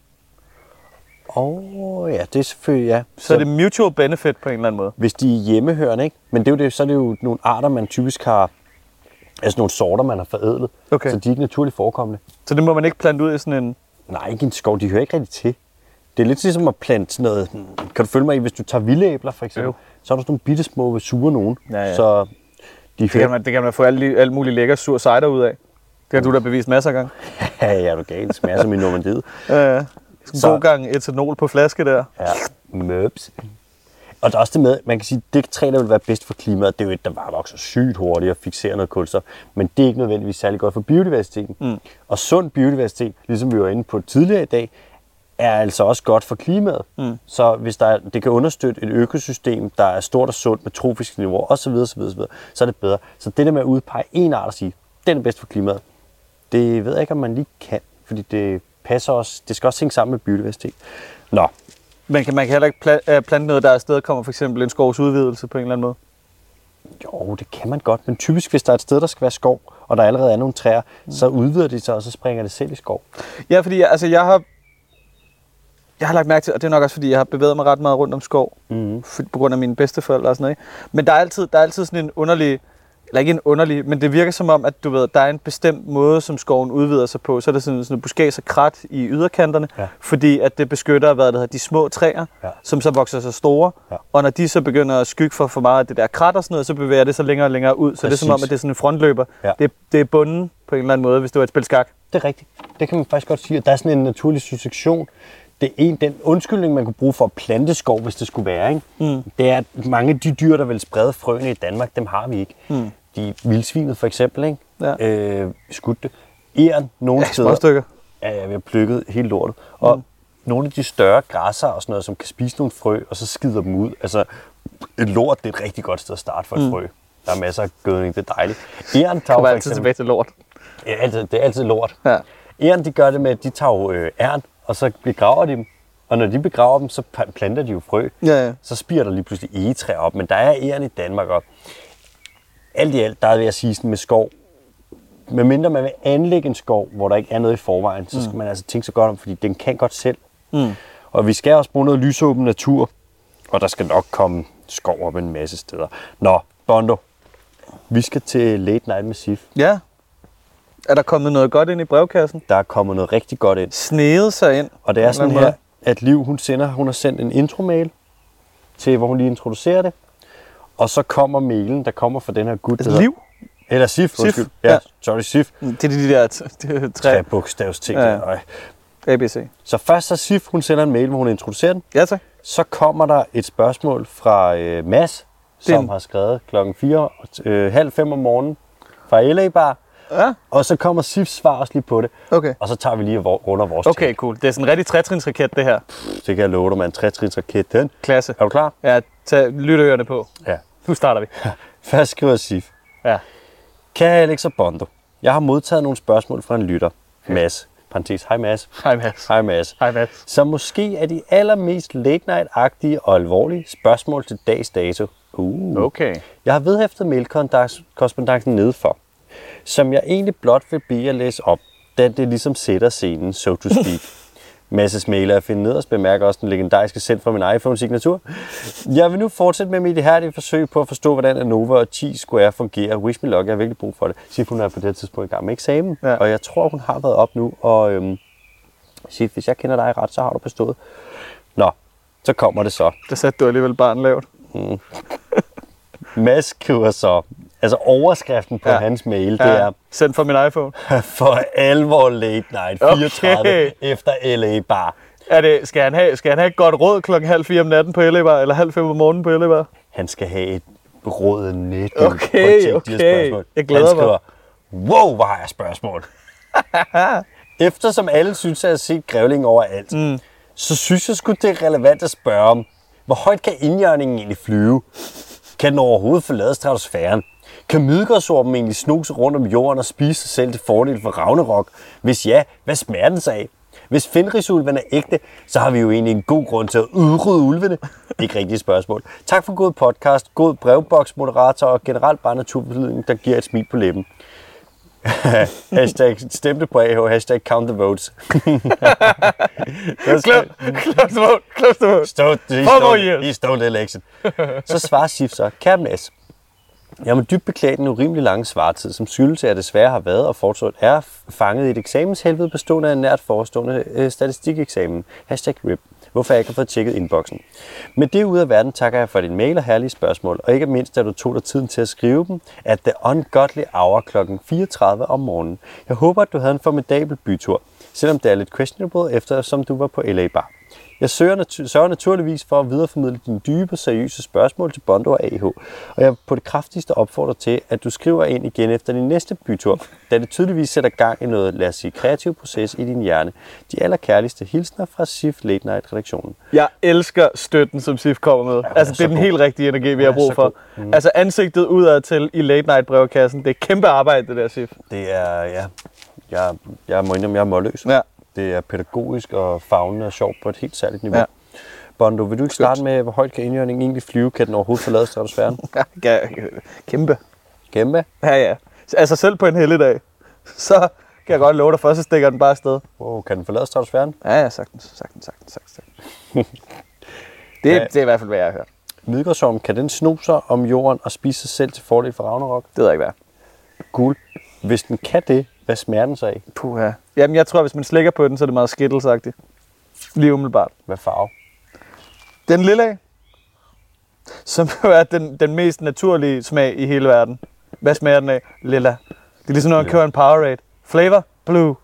Åh, oh, ja, det er selvfølgelig, ja. Så, så er det mutual benefit på en eller anden måde. Hvis de er hjemmehørende, ikke? Men det er jo det, så er det jo nogle arter, man typisk har, altså nogle sorter, man har forædlet, Okay. så de er ikke naturligt forekommende. Så det må man ikke plante ud i sådan en... Nej, ikke en skov, de hører ikke rigtig til. Det er lidt ligesom at plante sådan noget, kan du følge mig i, hvis du tager vilde æbler for eksempel, Jo. så er der sådan nogle bitte små sure nogen, Ja, ja. så de Det kan hører... man, det kan man få alt, alt muligt lækker sur cider ud af. Det har du da bevist masser af gange. Ja, ja, er du galt, det smager som i Normandiet. Ja, ja. En Så- god gang etanol på flaske der. Ja, møbs. Og der er også det med, man kan sige, det træ, der vil være bedst for klimaet, det er jo et, der bare vokser sygt hurtigt og fixerer noget kulstof, men det er ikke nødvendigvis særlig godt for biodiversiteten. Mm. Og sund biodiversitet, ligesom vi var inde på tidligere i dag, er altså også godt for klimaet. Mm. Så hvis der er, det kan understøtte et økosystem, der er stort og sundt med trofiske niveauer osv., osv., osv., så er det bedre. Så det der med at udpege en art og sige, den er bedst for klimaet, det ved jeg ikke, om man lige kan, fordi det passer også, det skal også hænge sammen med biodiversitet. Nå, Men kan man kan heller ikke pla- øh, plante noget, der afsted kommer, for eksempel en skovs udvidelse på en eller anden måde. jo, det kan man godt, men typisk hvis der er et sted, der skal være skov, og der allerede er nogle træer, mm. så udvider de sig, og så springer det selv i skov. Ja, fordi jeg, altså, jeg har jeg har lagt mærke til, og det er nok også fordi, jeg har bevæget mig ret meget rundt om skov, Mm. for, på grund af mine bedsteforældre og sådan noget. Ikke? Men der er, altid, der er altid sådan en underlig, eller ikke en underlig, men det virker som om, at du ved, der er en bestemt måde, som skoven udvider sig på. Så er der sådan, sådan en buskage og krat i yderkanterne, Ja. fordi at det beskytter hvad det hedder, de små træer, Ja. som så vokser sig store. Ja. Og når de så begynder at skygge for for meget af det der krat og sådan noget, så bevæger det sig længere og længere ud. Så det er som om, Præcis. at det er sådan en frontløber. Ja. Det, det er bunden på en eller anden måde, hvis det var et spil skak. Det er rigtigt. Det kan man faktisk godt sige, at der er sådan en naturlig succession. Det er en, den undskyldning, man kunne bruge for at plante skov, hvis det skulle være, ikke? Mm. Det er, at mange af de dyr, der vil sprede frøene i Danmark, dem har vi ikke. Mm. De vildsvinet for eksempel, ikke? Ja. Øh, skudte. Æren nogle Ja, steder. små stykker. Ja, ja, vi har plukket helt lortet. Og Mm. nogle af de større græsser og sådan noget, som kan spise nogle frø, og så skider dem ud. Altså, et lort, det er et rigtig godt sted at starte for et Mm. frø. Der er masser af gødning, det er dejligt. Æren tager Kommer jo for altid eksempel... tilbage til lort. Ja, altid, det er altid lort. Ja. Æren, de gør det med, at de tager jo øh, æren, og så begraver de dem. Og når de begraver dem, så pa- planter de jo frø. Ja, ja. Så spirer der lige pludselig egetræer op. Men der er æren i Danmark op. Alt i alt, der er ved at sige sådan med skov. Medmindre man vil anlægge en skov, hvor der ikke er noget i forvejen, så skal man altså tænke sig godt om, fordi den kan godt selv. Mm. Og vi skal også bruge noget lysåben natur, og der skal nok komme skov op en masse steder. Nå, Bondo, vi skal til Late Night med Sif. Ja. Er der kommet noget godt ind i brevkassen? Der er kommet noget rigtig godt ind. Sneget sig ind. Og det er sådan På en her, at Liv, hun, sender, hun har sendt en intro-mail til, hvor hun lige introducerer det. Og så kommer mailen, der kommer fra den her gut, der Altså hedder- liv? Eller Sif, Sif, undskyld. Ja, ja. sorry, Sif. Det er de der t- de tre Tre bogstavsting. Ja. Ja. Øj. A B C. Så først så Sif, hun sender en mail, hvor hun introducerer den. Ja, tak. Så kommer der et spørgsmål fra øh, Mads, som Den. har skrevet klokken fire, øh, halv fem om morgenen fra L A Bar. Ja, Og så kommer Sifs svar også lige på det. okay. Og så tager vi lige og runder vores Okay, ting. cool. Det er sådan en rigtig trætrinsraket, det her. Det kan jeg love dig, man. Tre-trins raket. Den. Klasse. Er du klar? Ja, tag lytteørerne på. Ja. Nu starter vi. Først skriver Sif. Ja. Kære Alex og Bondo, jeg har modtaget nogle spørgsmål fra en lytter, Mads, parentes, hej Mads. Hej Mads. Hej Mads. Hej Mads. Som måske er de allermest late-night-agtige og alvorlige spørgsmål til dags dato. Uh. Okay. Jeg har vedhæftet mailkorrespondancen nedefor, som jeg egentlig blot vil bede jer læse op, da det ligesom sætter scenen, so to speak. Masses mailer at finde nederst, bemærker også den legendariske send fra min iPhone-signatur. Jeg vil nu fortsætte med mit ihærdige forsøg på at forstå, hvordan Anova og Chi Square fungerer. Wish me luck, jeg har virkelig brug for det. Sif, hun er på det tidspunkt i gang med eksamen, ja. Og jeg tror, hun har været op nu. Og øhm, Sif, hvis jeg kender dig ret, så har du bestået. Nå, så kommer det så. Det satte du alligevel barn lavt. Mm. Mads skriver så, altså overskriften på ja. hans mail, det ja. er... Send fra min iPhone. For alvor late night, fireogtredive okay. efter L A Bar. Er det, skal, han have, skal han have et godt råd klokken halv fire om natten på L A Bar, eller halv fem om morgenen på L A Bar? Han skal have et råd net. Okay, okay. Jeg glæder han skriver, mig. Wow, hvor har jeg spørgsmål. Eftersom alle synes, at jeg har set grævling overalt, mm. så synes jeg sgu, det er relevant at spørge om, hvor højt kan indjørningen egentlig flyve? Kan den overhovedet forlade stratosfæren? Kan Midgårdsormen egentlig snuse rundt om jorden og spise sig selv til fordel for Ragnarok? Hvis ja, hvad smager den sig af? Hvis Fenrisulven er ægte, så har vi jo egentlig en god grund til at udrydde ulvene. Ikke rigtigt spørgsmål. Tak for god podcast, god brevboksmoderator og generelt bare naturforlydning, der giver et smil på læben. Hashtag stemte på A H, hashtag count the votes. Close the vote, close the vote. Stole, he, stole, he stole the election. Så svarer Sif så, kære Mads, jeg må dybt beklage den urimelig lange svartid, som skyldes, at jeg desværre har været og fortsat er fanget i et eksamenshelvede bestående af en nært forestående øh, statistikeksamen. Hashtag R I P. Hvorfor jeg ikke har fået tjekket inboxen. Med det ud af verden takker jeg for din mail og herlige spørgsmål, og ikke mindst, at du tog dig tiden til at skrive dem, at the ungodly hour klokken fireogtredive om morgenen. Jeg håber, at du havde en formidabel bytur, selvom det er lidt questionable, eftersom du var på L A Bar. Jeg søger nat- sørger naturligvis for at videreformidle dine dybe, seriøse spørgsmål til Bondo og A H, og jeg på det kraftigste opfordrer til, at du skriver ind igen efter din næste bytur, da det tydeligvis sætter gang i noget, lad os sige, kreativ proces i din hjerne. De allerkærligste hilsner fra Sif Late Night-redaktionen. Jeg elsker støtten, som Sif kommer med. Ja, altså, det er den god. helt rigtige energi, vi har brug for. Mm. Altså, ansigtet udad til i Late Night-brevkassen. Det er kæmpe arbejde, det der, Sif. Det er, ja, jeg, jeg må indrømme, jeg er målløs. Ja. Det er pædagogisk og favnende og sjovt på et helt særligt niveau. Ja. Bondo, vil du ikke starte med, hvor højt kan indjørningen egentlig flyve? Kan den overhovedet forlade stratosfæren? Ja, kæmpe. Kæmpe? Ja, ja. Altså selv på en helligdag, så kan jeg godt love dig for, så stikker den bare afsted. Wow, kan den forlade stratosfæren? Ja, ja, sagtens, sagtens, sagtens, sagtens. det, ja. det er i hvert fald, hvad jeg har hørt. Midgårdsormen, kan den snuse sig om jorden og spise sig selv til fordel for Ragnarok? Det ved jeg ikke, hvad. Cool. Hvis den kan det, hvad smager den sig af? Puha. Jamen, jeg tror, hvis man slikker på den, så er det meget skittelsagtigt. Lige umiddelbart. Hvad farve? Den lille af, som jo er den, den mest naturlige smag i hele verden. Hvad smager den af? Lilla. Det er ligesom, når man køber en Powerade. Flavor? Blue.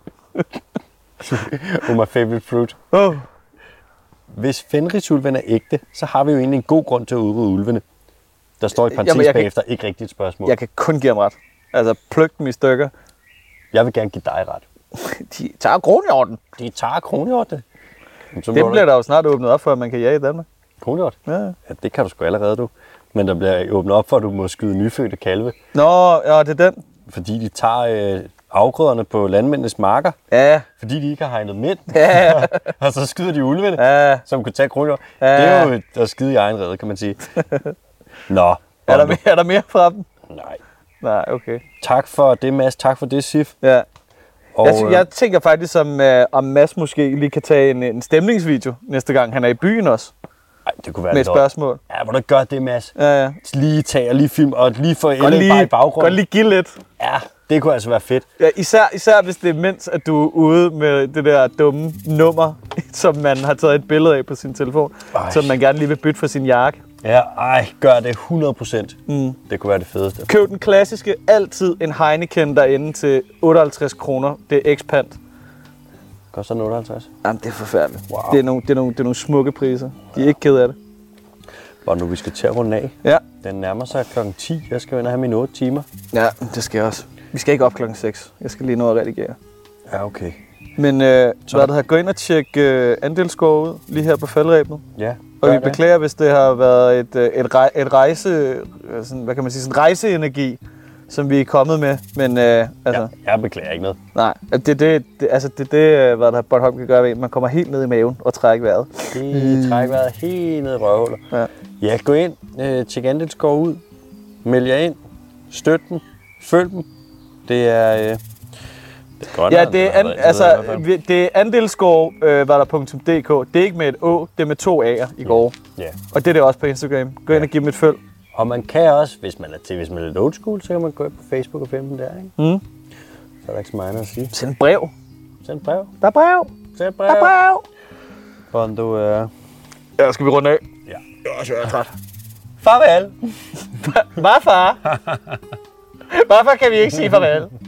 Oh, my favorite fruit. Oh. Hvis Fenrisulven er ægte, så har vi jo egentlig en god grund til at udrydde ulvene. Der står i parentes bagefter ikke rigtigt et spørgsmål. Jeg kan kun give ham ret. Altså, pluk dem i stykker. Jeg vil gerne give dig ret. De tager kronhjorten. De tager kronhjorten. Det bliver der jo snart åbnet op for, at man kan jage i Danmark. Kronhjort? Ja. Ja, det kan du sgu allerede, du. Men der bliver åbnet op for, at du må skyde nyfødte kalve. Nå, ja, det er den. Fordi de tager øh, afgrøderne på landmændenes marker. Ja. Fordi de ikke har hegnet mænd. Ja. Og så skyder de ulvene, ja. som kunne tage kronhjort. Ja. Det er jo at skide i egen rede, kan man sige. Nå. Er der, mere, er der mere fra dem? Nej. Nej, okay. Tak for det, Mads. Tak for det, Sif. Ja. Og, jeg, jeg tænker faktisk, om, øh, om Mads måske lige kan tage en, en stemningsvideo næste gang, han er i byen også. Ej, det kunne være med et spørgsmål. Ja, må du gøre det, Mads? Ja, ja. Lige tage og lige film og lige få L A bare i baggrunden. Godt lige give lidt. Ja, det kunne altså være fedt. Ja, især, især hvis det er mens, at du er ude med det der dumme nummer, som man har taget et billede af på sin telefon, ej. Som man gerne lige vil bytte for sin jakke. Ja, ej, gør det hundrede procent. Mm. Det kunne være det fedeste. Køb den klassiske, altid en Heineken derinde til otteoghalvtreds kroner. Det er X-Pant. Koster den otteoghalvtreds? Jamen, det er forfærdeligt. Wow. Det, er nogle, det, er nogle, det er nogle smukke priser. De er ikke ked af det. Bare nu, vi skal til at runde af. Ja. Den nærmer sig klokken ti. Jeg skal jo ind og have mine otte timer. Ja, det skal jeg også. Vi skal ikke op klokken seks. Jeg skal lige nå at redigere. Ja, okay. Men øh, hvad det her, gå ind og tjek øh, andelsscore ud, lige her på faldrebet. Ja. Og vi beklager, hvis det har været et, et, et rejse, sådan, hvad kan man sige, sådan rejseenergi som vi er kommet med. Men øh, altså, ja, jeg beklager ikke noget. nej, det er det, det, altså, det, det, hvad der Bornholm kan gøre ved en. Man kommer helt ned i maven og trækker vejret. Det trækker vejret helt ned i røvhullet. Ja. Ja, gå ind, øh, tjek Andelsgård ud, meld jer ind, støt dem, følg dem. Det er, øh, det er godt. Ja, det er, an, altså, vi- det er andelsgård, øh, var der punktum d k. Det er ikke med et å, det er med to a'er i går. Ja. Og det er det også på Instagram. Gå ind og giv dem et følg. Og man kan også, hvis man er til, hvis man er lidt old school, så kan man gå ind på Facebook og finde dem der, ikke? Mm. Så er der ikke så meget andet at sige. Send brev. Send brev. Der er brev. Send brev. Der er brev. Bondo, øh... Ja, skal vi runde af? Ja. Jeg er også træt. Farvel. Hvad far? Hvorfor kan vi ikke sige farvel?